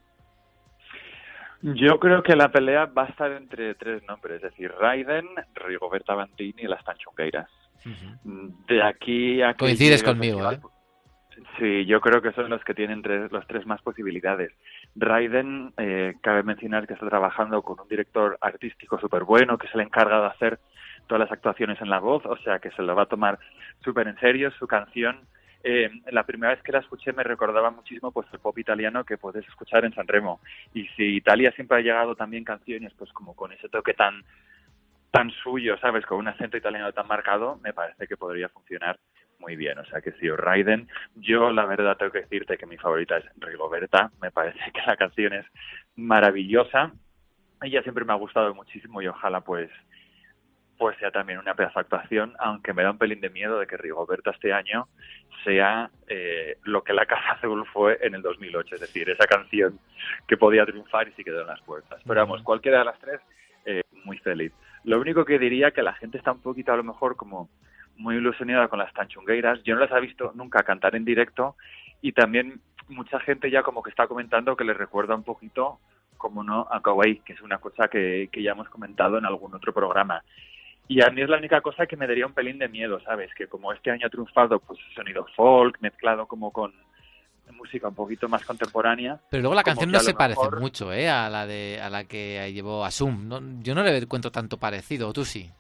S10: Yo creo que la pelea va a estar entre tres nombres, es decir, Raiden, Rigoberta Bandini y las Tanxugueiras. Uh-huh. De aquí a que
S4: coincides conmigo, ¿eh?
S10: Sí, yo creo que son los que tienen tres, los tres más posibilidades. Raiden, eh, cabe mencionar que está trabajando con un director artístico súper bueno, que se le encarga de hacer todas las actuaciones en la voz, o sea que se lo va a tomar súper en serio. Su canción, eh, la primera vez que la escuché me recordaba muchísimo pues el pop italiano que puedes escuchar en Sanremo. Y si Italia siempre ha llegado también canciones pues como con ese toque tan tan suyo, ¿sabes? Con un acento italiano tan marcado, me parece que podría funcionar muy bien. O sea que sí, Raiden. Yo la verdad tengo que decirte que mi favorita es Rigoberta. Me parece que la canción es maravillosa. Ella siempre me ha gustado muchísimo y ojalá pues pues sea también una pedazo de actuación, aunque me da un pelín de miedo de que Rigoberta este año sea eh, lo que La Casa Azul fue en el dos mil ocho, es decir, esa canción que podía triunfar y sí quedó en las puertas. Pero vamos, cualquiera de las tres, eh, muy feliz. Lo único que diría que la gente está un poquito a lo mejor como muy ilusionada con las Tanchungueiras. Yo no las he visto nunca cantar en directo y también mucha gente ya como que está comentando que les recuerda un poquito, como no, a Kawaii, que es una cosa que, que ya hemos comentado en algún otro programa. Y a mí es la única cosa que me daría un pelín de miedo, ¿sabes? Que como este año ha triunfado pues sonido folk, mezclado como con música un poquito más contemporánea.
S4: Pero luego la canción no se
S10: mejor...
S4: parece mucho, ¿eh? A la de a la que llevó Asum. No, yo no le encuentro tanto parecido, ¿tú sí?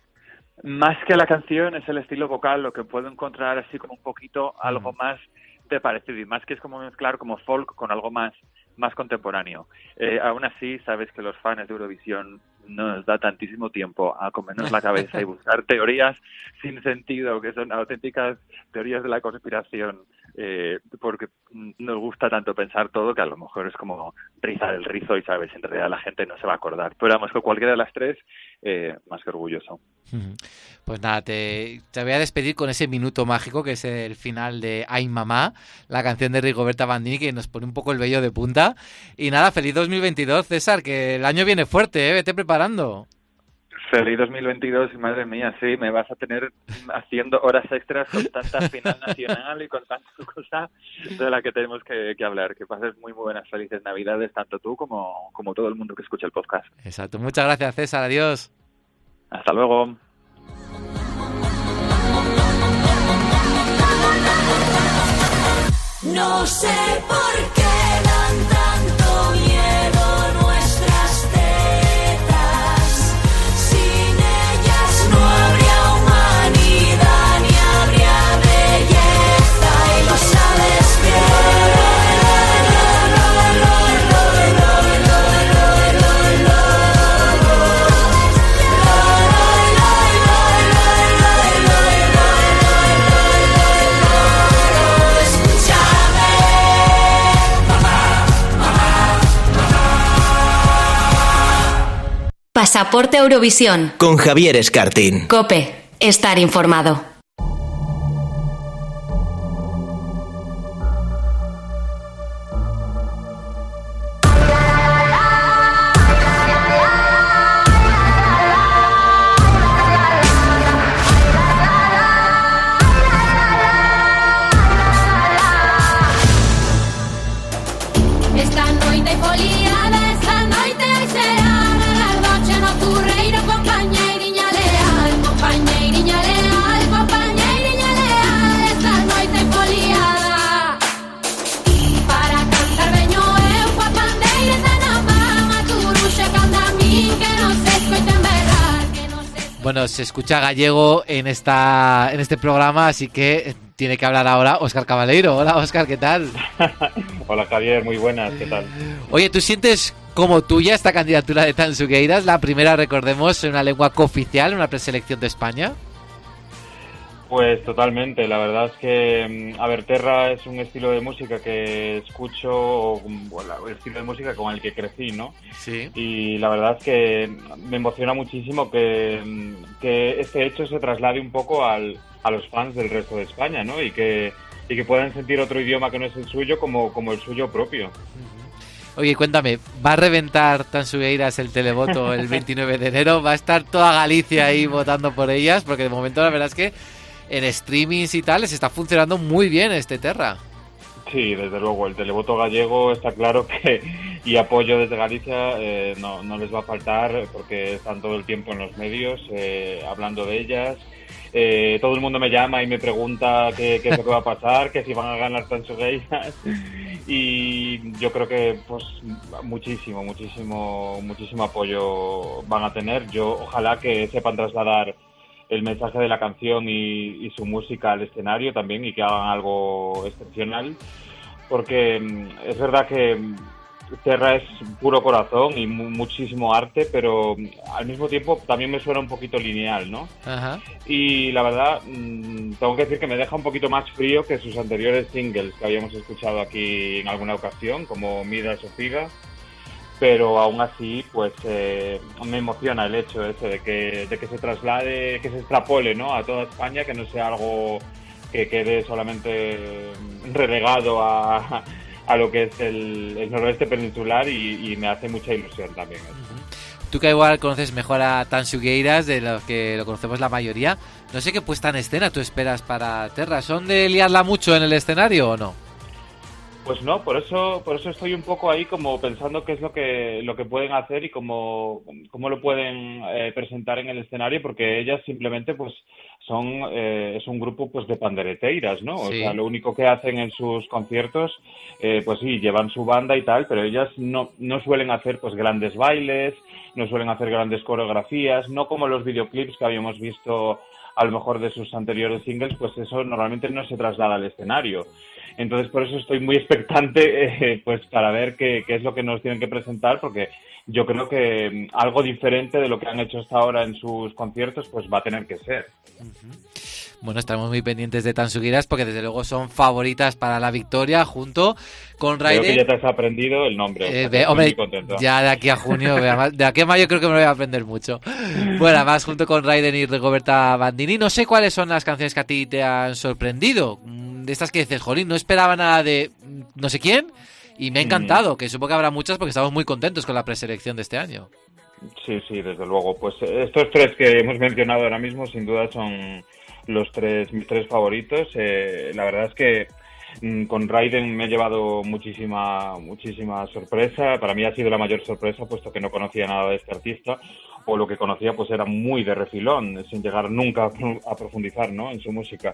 S10: Más que la canción es el estilo vocal, lo que puedo encontrar así como un poquito algo más de parecido, y más que es como mezclar como folk con algo más más contemporáneo. Eh, aún así, sabes que los fans de Eurovisión no nos da tantísimo tiempo a comernos la cabeza y buscar teorías sin sentido, que son auténticas teorías de la conspiración, eh, porque nos gusta tanto pensar todo que a lo mejor es como rizar el rizo y, sabes, en realidad la gente no se va a acordar. Pero vamos, con cualquiera de las tres, eh, más que orgulloso.
S4: Pues nada, te, te voy a despedir con ese minuto mágico que es el final de Ay Mamá, la canción de Rigoberta Bandini, que nos pone un poco el vello de punta. Y nada, feliz dos mil veintidós, César, que el año viene fuerte, ¿eh? Vete preparando.
S10: Feliz dos mil veintidós, y madre mía, sí, me vas a tener haciendo horas extras con tanta final nacional y con tanta cosa de la que tenemos que, que hablar. Que pases muy, muy buenas, felices Navidades, tanto tú como, como todo el mundo que escucha el podcast.
S4: Exacto, muchas gracias, César, adiós.
S10: Hasta luego.
S9: No sé por qué dan tanto miedo nuestras tetas. Sin ellas no habría humanidad ni habría belleza, y lo sabes bien.
S2: Pasaporte Eurovisión.
S3: Con Javier Escartín.
S2: COPE. Estar informado.
S11: Esta noite foliada, esta noite será la noche nocturreiro, compañeiriña leal, compañeiriña leal, compañeiriña leal, esta noite foliada. Para cantar veño eu coa pandeireta na man, a turuxa canta a min, que non se escoiten berrar, que non se...
S4: Bueno, se escucha gallego en esta en este programa, así que tiene que hablar ahora Óscar Cabaleiro. Hola, Óscar, ¿qué tal?
S12: Hola, Javier, muy buenas, ¿qué tal?
S4: Oye, ¿tú sientes como tuya esta candidatura de Tansugueiras? La primera, recordemos, en una lengua cooficial, una preselección de España.
S12: Pues totalmente, la verdad es que, a ver, Terra es un estilo de música que escucho, bueno, el estilo de música con el que crecí, ¿no?
S4: Sí.
S12: Y la verdad es que me emociona muchísimo que, que este hecho se traslade un poco al, a los fans del resto de España, ¿no? Y que, y que puedan sentir otro idioma que no es el suyo como, como el suyo propio.
S4: Oye, cuéntame, ¿va a reventar Tansugueiras el televoto el veintinueve de enero? ¿Va a estar toda Galicia ahí votando por ellas? Porque de momento la verdad es que en streamings y tal les está funcionando muy bien este Terra.
S12: Sí, desde luego, el televoto gallego está claro que, y apoyo desde Galicia eh, no, no les va a faltar, porque están todo el tiempo en los medios eh, hablando de ellas. eh, todo el mundo me llama y me pregunta qué, qué es lo que va a pasar, que si van a ganar Tansugueiras, y yo creo que pues muchísimo, muchísimo, muchísimo apoyo van a tener. Yo ojalá que sepan trasladar el mensaje de la canción y, y su música al escenario también, y que hagan algo excepcional, porque es verdad que Terra es puro corazón y mu- muchísimo arte, pero al mismo tiempo también me suena un poquito lineal, ¿no?
S4: Ajá.
S12: Y la verdad, mmm, tengo que decir que me deja un poquito más frío que sus anteriores singles que habíamos escuchado aquí en alguna ocasión, como Midas o Figa, pero aún así, pues eh, me emociona el hecho ese de que, de que se traslade, que se extrapole, ¿no?, a toda España, que no sea algo que quede solamente relegado a... a lo que es el, el noroeste peninsular, y, y me hace mucha ilusión también. Uh-huh.
S4: Tú que igual conoces mejor a Tansugueiras de los que lo conocemos la mayoría, no sé qué puesta en escena tú esperas para Terra. ¿Son de liarla mucho en el escenario o no?
S12: Pues no, por eso por eso estoy un poco ahí como pensando qué es lo que lo que pueden hacer y cómo, cómo lo pueden eh, presentar en el escenario, porque ellas simplemente pues son eh, es un grupo pues de pandereteiras, ¿no? Sí. O sea, lo único que hacen en sus conciertos, eh, pues sí, llevan su banda y tal, pero ellas no no suelen hacer pues grandes bailes, no suelen hacer grandes coreografías, no como los videoclips que habíamos visto a lo mejor de sus anteriores singles, pues eso normalmente no se traslada al escenario. Entonces, por eso estoy muy expectante eh, pues para ver qué, qué es lo que nos tienen que presentar, porque yo creo que algo diferente de lo que han hecho hasta ahora en sus conciertos pues va a tener que ser.
S4: Uh-huh. Bueno, estamos muy pendientes de Tansugueiras porque desde luego son favoritas para la victoria junto con Raiden.
S12: Creo que ya te has aprendido el nombre.
S4: Eh,
S12: o sea,
S4: ve, hombre, ya de aquí a junio, de aquí a mayo creo que me lo voy a aprender mucho. Bueno, además junto con Raiden y Rigoberta Bandini. No sé cuáles son las canciones que a ti te han sorprendido. De estas que dices, jolín, no esperaba nada de no sé quién y me ha encantado, que supongo que habrá muchas porque estamos muy contentos con la preselección de este año.
S12: Sí, sí, desde luego. Pues estos tres que hemos mencionado ahora mismo sin duda son los tres mis tres favoritos. Eh, la verdad es que mmm, con Raiden me he llevado muchísima muchísima sorpresa. Para mí ha sido la mayor sorpresa, puesto que no conocía nada de este artista, o lo que conocía pues era muy de refilón, sin llegar nunca a profundizar, ¿no?, en su música.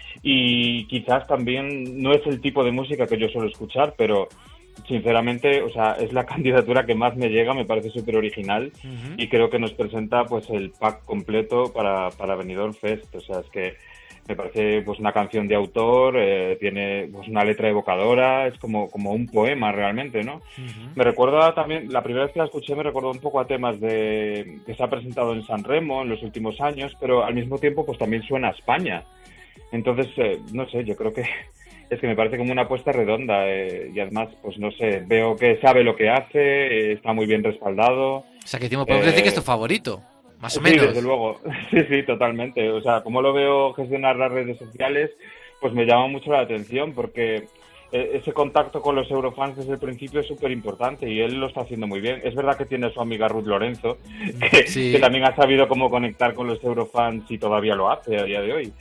S12: Y quizás también no es el tipo de música que yo suelo escuchar, pero sinceramente, o sea, es la candidatura que más me llega, me parece súper original. Uh-huh. Y creo que nos presenta pues el pack completo para, para Benidorm Fest. O sea, es que me parece pues una canción de autor, eh, tiene pues una letra evocadora, es como, como un poema realmente, ¿no? Uh-huh. Me recuerda también, la primera vez que la escuché me recordó un poco a temas de que se ha presentado en San Remo en los últimos años, pero al mismo tiempo pues también suena a España. Entonces, eh, no sé, yo creo que es que me parece como una apuesta redonda, eh, y además, pues no sé, veo que sabe lo que hace, eh, está muy bien respaldado.
S4: O sea, que podemos eh, decir que es tu favorito, más o
S12: sí,
S4: menos.
S12: Sí, desde luego, sí, sí, totalmente. O sea, como lo veo gestionar las redes sociales, pues me llama mucho la atención, porque eh, ese contacto con los eurofans desde el principio es súper importante y él lo está haciendo muy bien. Es verdad que tiene a su amiga Ruth Lorenzo, que, sí. que también ha sabido cómo conectar con los eurofans y todavía lo hace a día de hoy.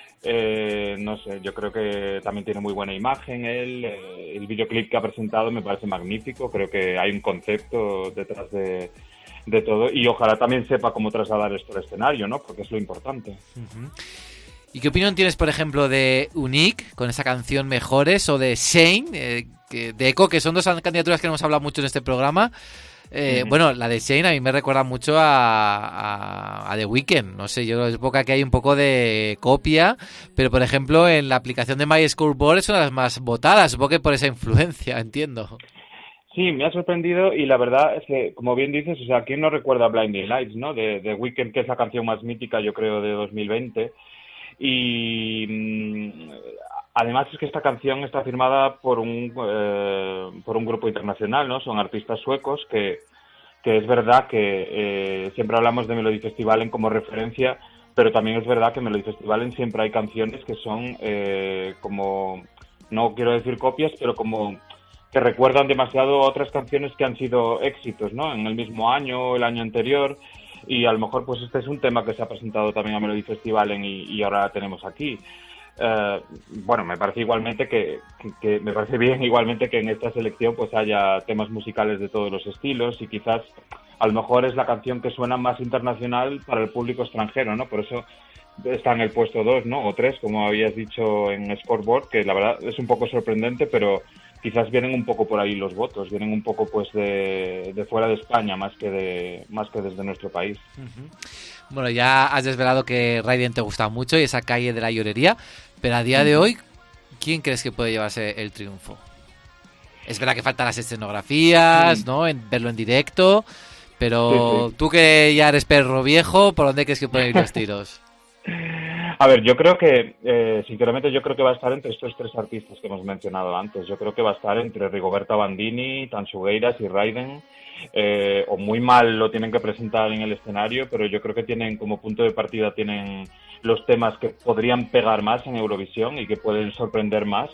S12: Eh, no sé, yo creo que también tiene muy buena imagen él, eh, el videoclip que ha presentado me parece magnífico, creo que hay un concepto detrás de, de todo, y ojalá también sepa cómo trasladar esto al escenario, ¿no?, porque es lo importante.
S4: Uh-huh. ¿Y qué opinión tienes, por ejemplo, de Unique con esa canción Mejores, o de Shane, eh, que, de Echo, que son dos candidaturas que no hemos hablado mucho en este programa? Eh, uh-huh. Bueno, la de Shane a mí me recuerda mucho a, a, a The Weeknd. No sé, yo supongo que aquí hay un poco de copia, pero por ejemplo en la aplicación de My Scoreboard es una de las más votadas, supongo que por esa influencia, entiendo.
S12: Sí, me ha sorprendido y la verdad es que, como bien dices, o sea, ¿quién no recuerda Blinding Lights, ¿no?, de The Weeknd, que es la canción más mítica, yo creo, de dos mil veinte? Y mmm, además es que esta canción está firmada por un eh, por un grupo internacional, ¿no? Son artistas suecos que, que es verdad que eh, siempre hablamos de Melody Festivalen como referencia, pero también es verdad que en Melody Festivalen siempre hay canciones que son eh, como, no quiero decir copias, pero como que recuerdan demasiado a otras canciones que han sido éxitos, ¿no?, en el mismo año o el año anterior. Y a lo mejor pues este es un tema que se ha presentado también a Melody Festivalen y, y ahora la tenemos aquí. eh, bueno, me parece igualmente que, que, que me parece bien igualmente que en esta selección pues haya temas musicales de todos los estilos y quizás a lo mejor es la canción que suena más internacional para el público extranjero, ¿no? Por eso está en el puesto dos, ¿no? O tres, como habías dicho en Scoreboard, que la verdad es un poco sorprendente, pero quizás vienen un poco por ahí los votos, vienen un poco pues de, de fuera de España más que de más que desde nuestro país.
S4: Uh-huh. Bueno, ya has desvelado que Raiden te gusta mucho y esa Calle de la Llorería, pero a día uh-huh. de hoy, ¿quién crees que puede llevarse el triunfo? Es verdad que faltan las escenografías, sí. ¿no? En verlo en directo, pero sí, sí. tú que ya eres perro viejo, ¿por dónde crees que pueden ir los tiros?
S12: A ver, yo creo que, eh, sinceramente, yo creo que va a estar entre estos tres artistas que hemos mencionado antes. Yo creo que va a estar entre Rigoberta Bandini, Tansugueiras y Raiden. Eh, o muy mal lo tienen que presentar en el escenario, pero yo creo que tienen como punto de partida tienen los temas que podrían pegar más en Eurovisión y que pueden sorprender más.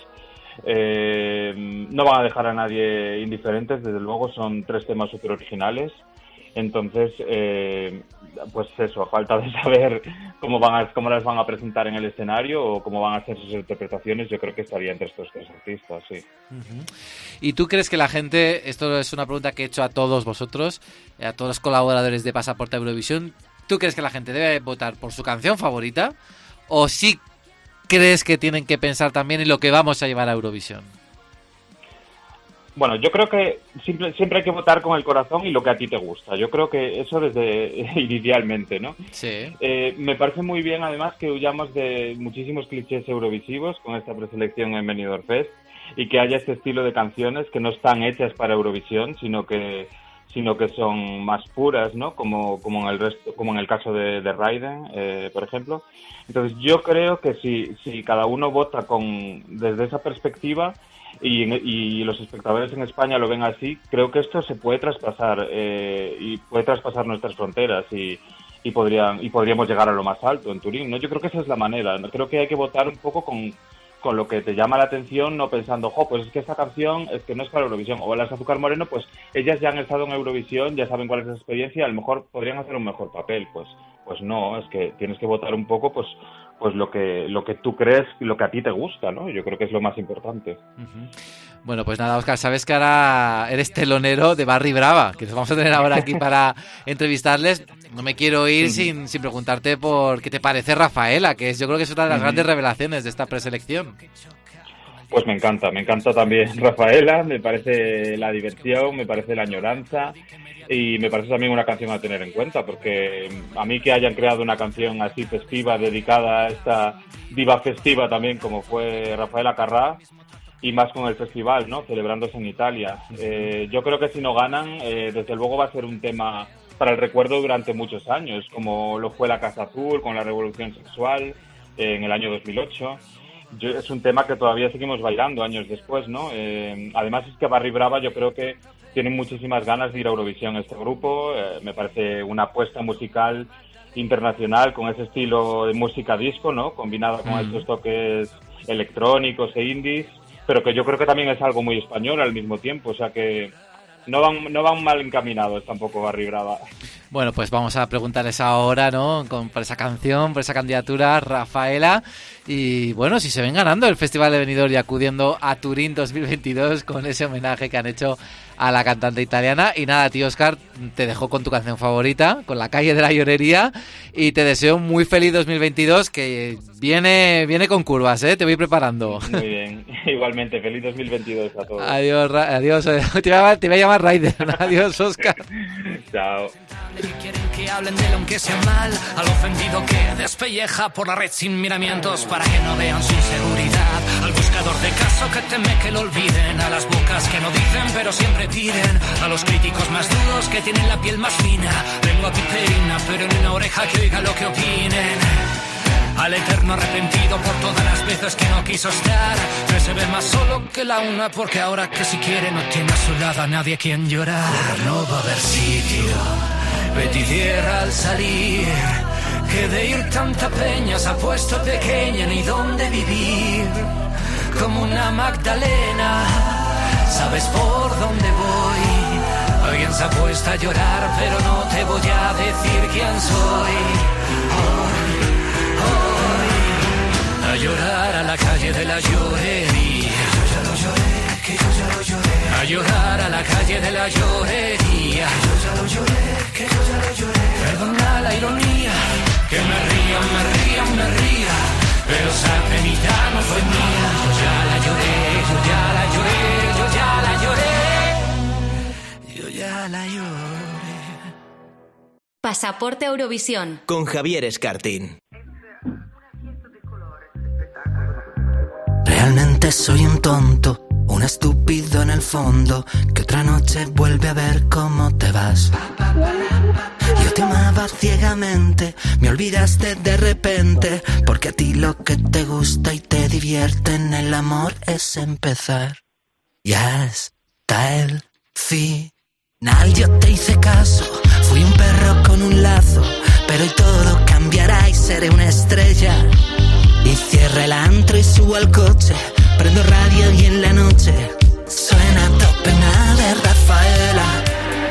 S12: Eh, no van a dejar a nadie indiferentes, desde luego, son tres temas súper originales. Entonces, eh, pues eso, a falta de saber cómo van a, cómo las van a presentar en el escenario o cómo van a hacer sus interpretaciones, yo creo que estaría entre estos tres artistas, sí.
S4: Uh-huh. ¿Y tú crees que la gente, esto es una pregunta que he hecho a todos vosotros, a todos los colaboradores de Pasaporte Eurovisión, ¿tú crees que la gente debe votar por su canción favorita o sí crees que tienen que pensar también en lo que vamos a llevar a Eurovisión?
S12: Bueno, yo creo que siempre, siempre hay que votar con el corazón y lo que a ti te gusta. Yo creo que eso desde inicialmente, ¿no?
S4: Sí.
S12: Eh, me parece muy bien, además, que huyamos de muchísimos clichés eurovisivos con esta preselección en Benidorm Fest y que haya este estilo de canciones que no están hechas para Eurovisión, sino que sino que son más puras, ¿no? Como como en el resto, como en el caso de, de Raiden, eh, por ejemplo. Entonces, yo creo que si si cada uno vota con desde esa perspectiva. Y, y los espectadores en España lo ven así, creo que esto se puede traspasar eh, y puede traspasar nuestras fronteras y, y, podrían, y podríamos llegar a lo más alto en Turín, ¿no? Yo creo que esa es la manera, ¿no? Creo que hay que votar un poco con, con lo que te llama la atención, no pensando, jo, pues es que esta canción es que no es para Eurovisión, o las Azúcar Moreno, pues ellas ya han estado en Eurovisión, ya saben cuál es la experiencia, a lo mejor podrían hacer un mejor papel, pues pues no, es que tienes que votar un poco, pues pues lo que lo que tú crees y lo que a ti te gusta, ¿no? Yo creo que es lo más importante.
S4: Uh-huh. Bueno, pues nada, Óscar, sabes que ahora eres telonero de Barry Brava, que nos vamos a tener ahora aquí para entrevistarles. No me quiero ir uh-huh. sin, sin preguntarte por qué te parece Rafaela, que es, yo creo que es una de las uh-huh. grandes revelaciones de esta preselección.
S12: Pues me encanta, me encanta también Rafaela, me parece la diversión, me parece la añoranza y me parece también una canción a tener en cuenta, porque a mí que hayan creado una canción así festiva, dedicada a esta diva festiva también, como fue Rafaela Carrà, y más con el festival, ¿no? Celebrándose en Italia. Eh, yo creo que si no ganan, eh, desde luego va a ser un tema para el recuerdo durante muchos años, como lo fue la Casa Azul con la Revolución Sexual eh, en el año dos mil ocho. Yo, es un tema que todavía seguimos bailando años después, ¿no? Eh, además es que Barry Brava yo creo que tienen muchísimas ganas de ir a Eurovisión este grupo. Eh, me parece una apuesta musical internacional con ese estilo de música disco, ¿no? Combinada con mm. estos toques electrónicos e indies, pero que yo creo que también es algo muy español al mismo tiempo, o sea que no van no van mal encaminados tampoco Barry Brava.
S4: Bueno, pues vamos a preguntarles ahora, ¿no? Con, por esa canción, por esa candidatura, Rafaela. Y bueno, si se ven ganando el Festival de Benidorm y acudiendo a Turín dos mil veintidós con ese homenaje que han hecho a la cantante italiana. Y nada, tío Óscar, te dejo con tu canción favorita, con La Calle de la Llorería. Y te deseo un muy feliz dos mil veintidós, que viene viene con curvas, ¿eh? Te voy preparando.
S12: Muy bien, igualmente, feliz dos mil veintidós a todos.
S4: Adiós, ra- adiós. Te voy a, te voy a llamar Raiden. Adiós, Óscar.
S12: Chao.
S6: Quieren que hablen de él aunque sea mal, al ofendido que despelleja por la red sin miramientos para que no vean su inseguridad, al buscador de caso que teme que lo olviden, a las bocas que no dicen pero siempre piden, a los críticos más duros que tienen la piel más fina, lengua piperina pero en una oreja que oiga lo que opinen, al eterno arrepentido por todas las veces que no quiso estar, que se ve más solo que la una porque ahora que si quiere no tiene a su lado a nadie quien llorar. No va a haber sitio, vete y cierra al salir, que de ir tanta peña se ha puesto pequeña ni dónde vivir, como una Magdalena, sabes por dónde voy, alguien se ha puesto a llorar pero no te voy a decir quién soy. Hoy, hoy, A llorar a la calle de la llorería. Yo ya lo lloré, que yo ya lo lloré. A llorar a la calle de la llorería. Yo ya lo lloré, que yo ya lo lloré. Perdona la ironía, que me ría, me ría, me ría. Pero esa penita no fue mía. Yo ya la lloré, yo ya la lloré, yo ya la lloré. Yo ya la lloré.
S2: Pasaporte Eurovisión.
S3: Con Javier Escartín.
S7: Realmente soy un tonto, un estúpido en el fondo, que otra noche vuelve a ver cómo te vas. Yo te amaba ciegamente, me olvidaste de repente, porque a ti lo que te gusta y te divierte en el amor es empezar. Y hasta el final yo te hice caso, fui un perro con un lazo, pero hoy todo cambiará y seré una estrella. Y cierra el antro y subo al coche, prendo radio y en la noche suena Top Pena de Rafaela.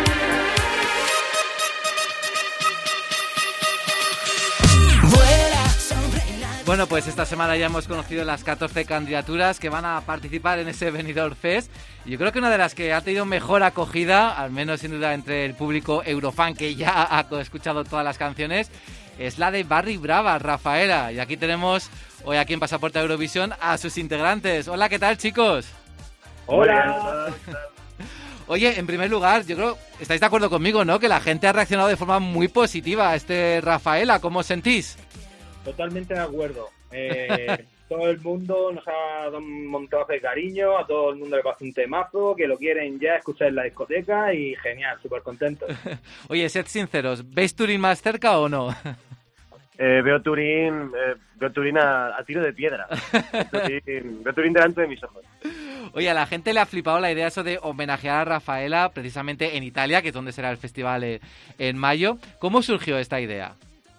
S4: Bueno, pues esta semana ya hemos conocido las catorce candidaturas que van a participar en ese Benidorm Fest. Y yo creo que una de las que ha tenido mejor acogida, al menos sin duda entre el público eurofan que ya ha escuchado todas las canciones, es la de Barry Brava, Rafaela. Y aquí tenemos hoy aquí en Pasaporte Eurovisión a sus integrantes. Hola, ¿qué tal, chicos?
S13: Hola.
S4: Oye, en primer lugar, yo creo, estáis de acuerdo conmigo, ¿no? Que la gente ha reaccionado de forma muy positiva a este Rafaela. ¿Cómo os sentís?
S13: Totalmente de acuerdo. Eh, todo el mundo nos ha dado un montón de cariño, a todo el mundo le pasa un temazo, que lo quieren ya escuchar en la discoteca y genial, súper contentos.
S4: Oye, sed sinceros, ¿veis Turín más cerca o no?
S14: Eh, veo Turín, eh, veo Turín a, a tiro de piedra. Turín, veo Turín delante de mis ojos.
S4: Oye, a la gente le ha flipado la idea eso de homenajear a Rafaela precisamente en Italia, que es donde será el festival eh, en mayo. ¿Cómo surgió esta idea?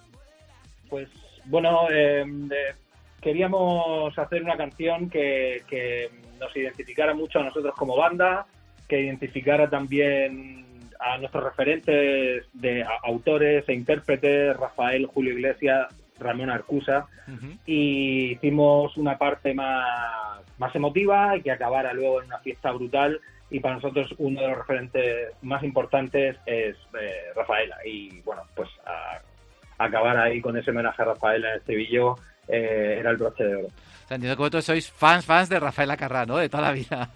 S13: Pues bueno, eh, eh, queríamos hacer una canción que, que nos identificara mucho a nosotros como banda, que identificara también a nuestros referentes de a, autores e intérpretes, Rafael, Julio Iglesias, Ramón Arcusa, uh-huh. Y hicimos una parte más, más emotiva y que acabara luego en una fiesta brutal, y para nosotros uno de los referentes más importantes es eh, Rafaela, y bueno, pues a, acabar ahí con ese homenaje a Rafaela en el estribillo eh, era el broche de oro.
S4: O sea, entiendo que vosotros sois fans, fans de Rafaela Carrà, ¿no? De toda la vida.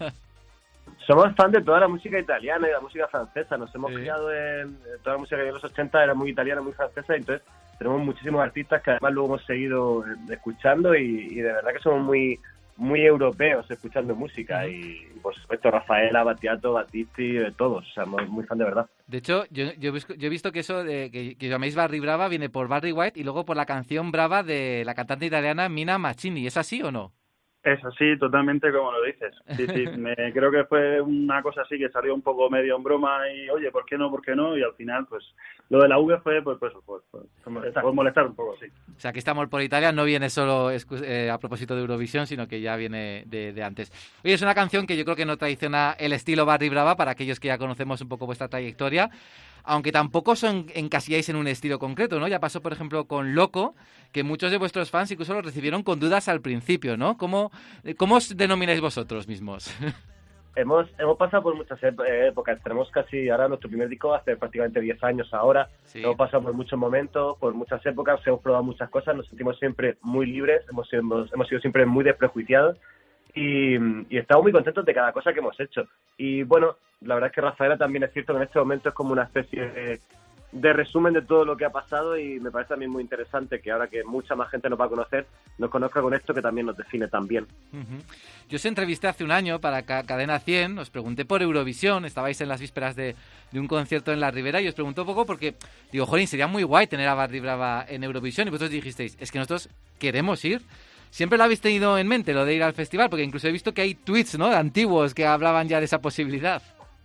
S14: Somos fans de toda la música italiana y la música francesa. Nos hemos
S4: sí.
S14: criado en toda la música que en los ochenta era muy italiana, muy francesa, y entonces tenemos muchísimos artistas que además luego hemos seguido escuchando y, y de verdad que somos muy muy europeos escuchando música. Uh-huh. y, y por supuesto Rafaela, Battiato, Battisti, de todos, o sea, muy, muy fan de verdad.
S4: De hecho, yo, yo, yo he visto que eso de que, que llaméis Barry Brava viene por Barry White y luego por la canción Brava de la cantante italiana Mina Mancini. ¿Es así o no?
S15: Es así, totalmente como lo dices. Sí, sí, me, creo que fue una cosa así que salió un poco medio en broma y, oye, ¿por qué no, por qué no? Y al final, pues, lo de la V fue, pues, pues, pues, pues, pues molestar un poco, sí.
S4: O sea, que este amor por Italia no viene solo eh, a propósito de Eurovisión, sino que ya viene de, de antes. Oye, es una canción que yo creo que no traiciona el estilo Barry Brava para aquellos que ya conocemos un poco vuestra trayectoria, aunque tampoco os encasilláis en un estilo concreto, ¿no? Ya pasó, por ejemplo, con Loco, que muchos de vuestros fans incluso lo recibieron con dudas al principio, ¿no? ¿Cómo, cómo os denomináis vosotros mismos?
S14: Hemos hemos pasado por muchas épocas, tenemos casi, ahora nuestro primer disco hace prácticamente diez años ahora, sí. Hemos pasado por muchos momentos, por muchas épocas, hemos probado muchas cosas, nos sentimos siempre muy libres, hemos, hemos, hemos sido siempre muy desprejuiciados, y, y estamos muy contentos de cada cosa que hemos hecho. Y bueno, la verdad es que Rafaela también es cierto que en este momento es como una especie de, de resumen de todo lo que ha pasado, y me parece también muy interesante que ahora que mucha más gente nos va a conocer, nos conozca con esto que también nos define tan bien.
S4: Uh-huh. Yo os entrevisté hace un año para Cadena cien, os pregunté por Eurovisión, estabais en las vísperas de, de un concierto en la Ribera y os pregunté un poco porque, digo, jolín, sería muy guay tener a Barry Brava en Eurovisión, y vosotros dijisteis, es que nosotros queremos ir. ¿Siempre lo habéis tenido en mente, lo de ir al festival? Porque incluso he visto que hay tweets, ¿no?, antiguos que hablaban ya de esa posibilidad.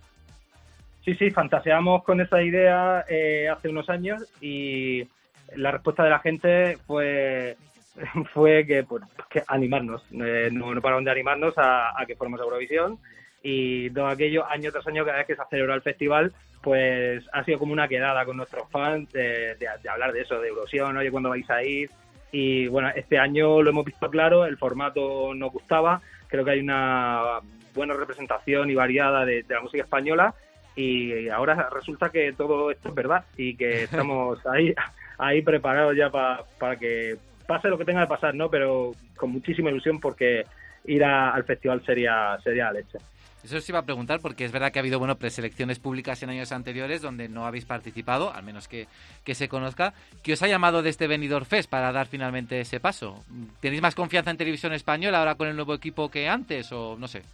S13: Sí, sí, fantaseamos con esa idea eh, hace unos años, y la respuesta de la gente fue fue que, bueno, que animarnos, eh, no, no pararon de animarnos a, a que fuéramos a Eurovisión, y todo aquello, año tras año, cada vez que se ha celebrado el festival, pues ha sido como una quedada con nuestros fans de, de, de hablar de eso, de Eurovisión, oye, ¿cuándo vais a ir? y bueno, este año lo hemos visto claro, el formato nos gustaba, creo que hay una buena representación y variada de, de la música española, y ahora resulta que todo esto es verdad y que estamos ahí ahí preparados ya para para que pase lo que tenga que pasar, ¿no? Pero con muchísima ilusión, porque ir a, al festival sería sería la leche.
S4: Eso os iba a preguntar, porque es verdad que ha habido, bueno, preselecciones públicas en años anteriores donde no habéis participado, al menos que, que se conozca. ¿Qué os ha llamado de este Benidorm Fest para dar finalmente ese paso? ¿Tenéis más confianza en Televisión Española ahora con el nuevo equipo que antes, o no sé?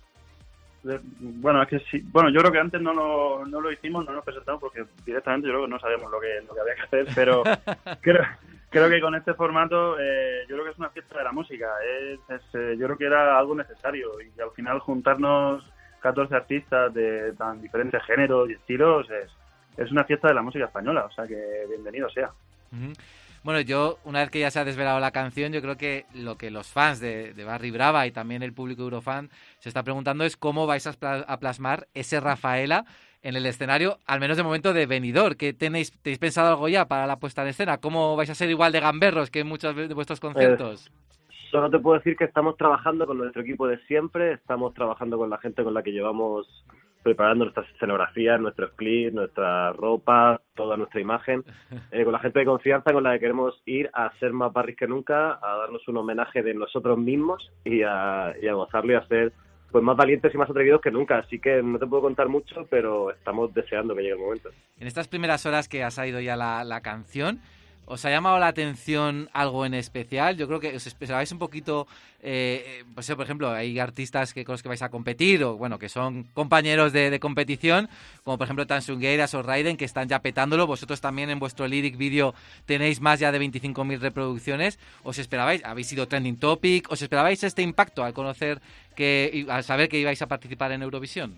S15: Bueno, es que sí. Bueno, yo creo que antes no lo, no lo hicimos, no nos presentamos porque directamente yo creo que no sabíamos lo que, lo que había que hacer, pero creo, creo que con este formato eh, yo creo que es una fiesta de la música. Es, es, eh, yo creo que era algo necesario, y al final juntarnos catorce artistas de tan diferentes géneros y estilos es, es una fiesta de la música española, o sea que bienvenido sea.
S4: Uh-huh. Bueno, yo, una vez que ya se ha desvelado la canción, yo creo que lo que los fans de, de Barry Brava y también el público Eurofan se está preguntando es cómo vais a, pla- a plasmar ese Rafaela en el escenario, al menos de momento de Benidorm. ¿Qué tenéis, tenéis pensado algo ya para la puesta en escena? ¿Cómo vais a ser igual de gamberros que en muchos de vuestros conciertos?
S14: Eh, solo te puedo decir que estamos trabajando con nuestro equipo de siempre, estamos trabajando con la gente con la que llevamos preparando nuestras escenografías, nuestros clips, nuestra ropa, toda nuestra imagen, eh, con la gente de confianza con la que queremos ir a ser más Barrys que nunca, a darnos un homenaje de nosotros mismos y a, y a gozarlo y a ser pues más valientes y más atrevidos que nunca. Así que no te puedo contar mucho, pero estamos deseando que llegue el momento.
S4: En estas primeras horas que ha salido ya la, la canción, ¿os ha llamado la atención algo en especial? Yo creo que os esperabais un poquito, eh, pues, por ejemplo, hay artistas que, con los que vais a competir, o bueno, que son compañeros de, de competición, como por ejemplo Tansungueiras o Raiden, que están ya petándolo. Vosotros también en vuestro lyric video tenéis más ya de veinticinco mil reproducciones. ¿Os esperabais? ¿Habéis sido trending topic? ¿Os esperabais este impacto al conocer que, al saber que ibais a participar en Eurovisión?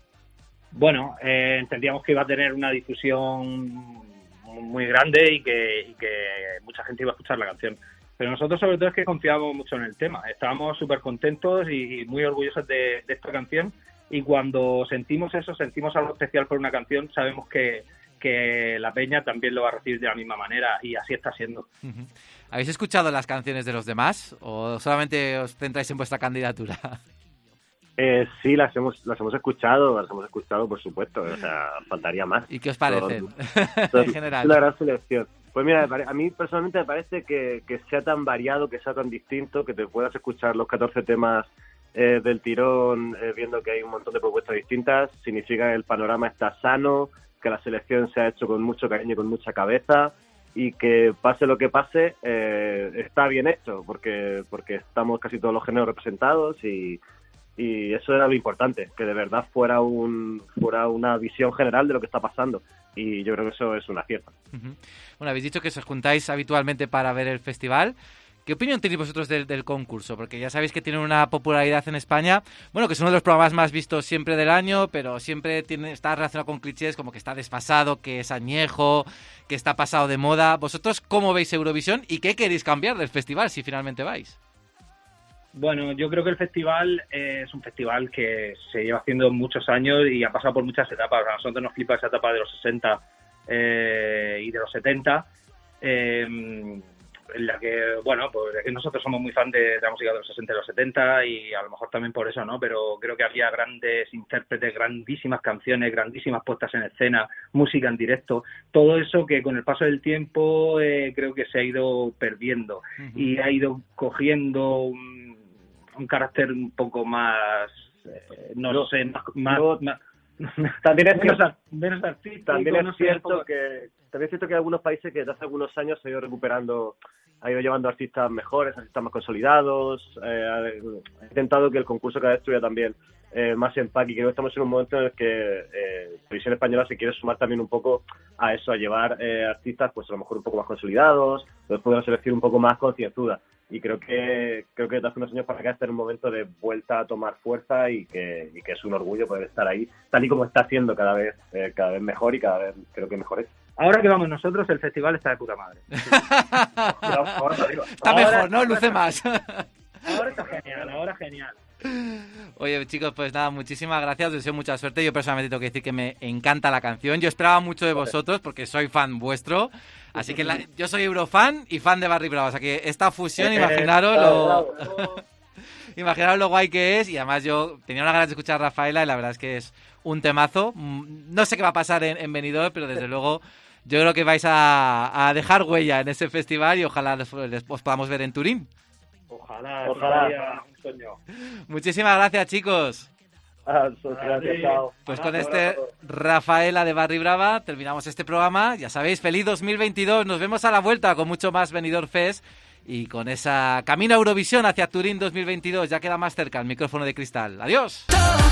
S13: Bueno, eh, entendíamos que iba a tener una difusión muy grande y que, y que mucha gente iba a escuchar la canción. Pero nosotros sobre todo es que confiábamos mucho en el tema. Estábamos súper contentos y, y muy orgullosos de, de esta canción, y cuando sentimos eso, sentimos algo especial por una canción, sabemos que, que la peña también lo va a recibir de la misma manera, y así está siendo.
S4: Uh-huh. ¿Habéis escuchado las canciones de los demás o solamente os centráis en vuestra candidatura?
S14: Eh, sí, las hemos las hemos escuchado, las hemos escuchado, por supuesto, o sea, faltaría más.
S4: ¿Y qué os parecen,
S14: Todo,
S4: en general?
S14: Es una gran selección. Pues mira, a mí personalmente me parece que, que sea tan variado, que sea tan distinto, que te puedas escuchar los catorce temas eh, del tirón, eh, viendo que hay un montón de propuestas distintas, significa que el panorama está sano, que la selección se ha hecho con mucho cariño y con mucha cabeza, y que pase lo que pase, eh, está bien hecho, porque porque estamos casi todos los géneros representados, y y eso era lo importante, que de verdad fuera un fuera una visión general de lo que está pasando, y yo creo que eso es un acierto.
S4: Uh-huh. Bueno, habéis dicho que os juntáis habitualmente para ver el festival. ¿Qué opinión tenéis vosotros del, del concurso? Porque ya sabéis que tiene una popularidad en España, bueno, que es uno de los programas más vistos siempre del año, pero siempre tiene, está relacionado con clichés como que está desfasado, que es añejo, que está pasado de moda. ¿Vosotros cómo veis Eurovisión y qué queréis cambiar del festival si finalmente vais?
S13: Bueno, yo creo que el festival eh, es un festival que se lleva haciendo muchos años y ha pasado por muchas etapas. A nosotros nos flipa esa etapa de los sesenta eh, y de los setenta, eh, en la que, bueno, pues es que nosotros somos muy fan de, de la música de los sesenta y los setenta, y a lo mejor también por eso, ¿no? Pero creo que había grandes intérpretes, grandísimas canciones, grandísimas puestas en escena, música en directo, todo eso que con el paso del tiempo eh, creo que se ha ido perdiendo. Uh-huh. Y ha ido cogiendo un, un carácter un poco más, eh, no, no sé, más... más,
S14: no,
S13: más
S14: también es
S13: menos,
S14: cierto,
S13: menos artístico,
S14: también es
S13: no sé,
S14: cierto
S13: poco...
S14: que también es cierto que hay algunos países que desde hace algunos años se ha ido recuperando, ha ido llevando artistas mejores, artistas más consolidados, eh, ha intentado que el concurso cada vez estuviera también eh, más empaque, y creo que estamos en un momento en el que eh, Televisión Española se quiere sumar también un poco a eso, a llevar eh, artistas pues a lo mejor un poco más consolidados, después de una selección un poco más concienzuda. Y creo que creo que desde hace unos años para acá está en un momento de vuelta a tomar fuerza, y que, y que es un orgullo poder estar ahí, tal y como está haciendo cada vez eh, cada vez mejor, y cada vez creo que mejor es.
S13: Ahora que vamos nosotros, el festival está de puta madre.
S4: Está ahora, mejor, ¿no? Luce más.
S13: Ahora está genial, ahora genial.
S4: Oye, chicos, pues nada, muchísimas gracias, os deseo mucha suerte. Yo personalmente tengo que decir que me encanta la canción. Yo esperaba mucho de vosotros porque soy fan vuestro. Así que la, yo soy eurofan y fan de Barry Brava. O sea que esta fusión, imaginaros lo... imaginaros lo guay que es. Y además yo tenía unas ganas de escuchar a Rafaela y la verdad es que es un temazo. No sé qué va a pasar en, en Benidorm, pero desde luego yo creo que vais a, a dejar huella en ese festival y ojalá les, les, os podamos ver en Turín.
S13: Ojalá,
S14: Ojalá.
S13: Un sueño.
S4: Muchísimas gracias, chicos.
S14: Ah, gracias, chao.
S4: Pues con este Rafaela de Barry Brava terminamos este programa. Ya sabéis, feliz dos mil veintidós. Nos vemos a la vuelta con mucho más Benidorm Fest y con esa camino a Eurovisión hacia Turín dos mil veintidós. Ya queda más cerca el micrófono de cristal. Adiós.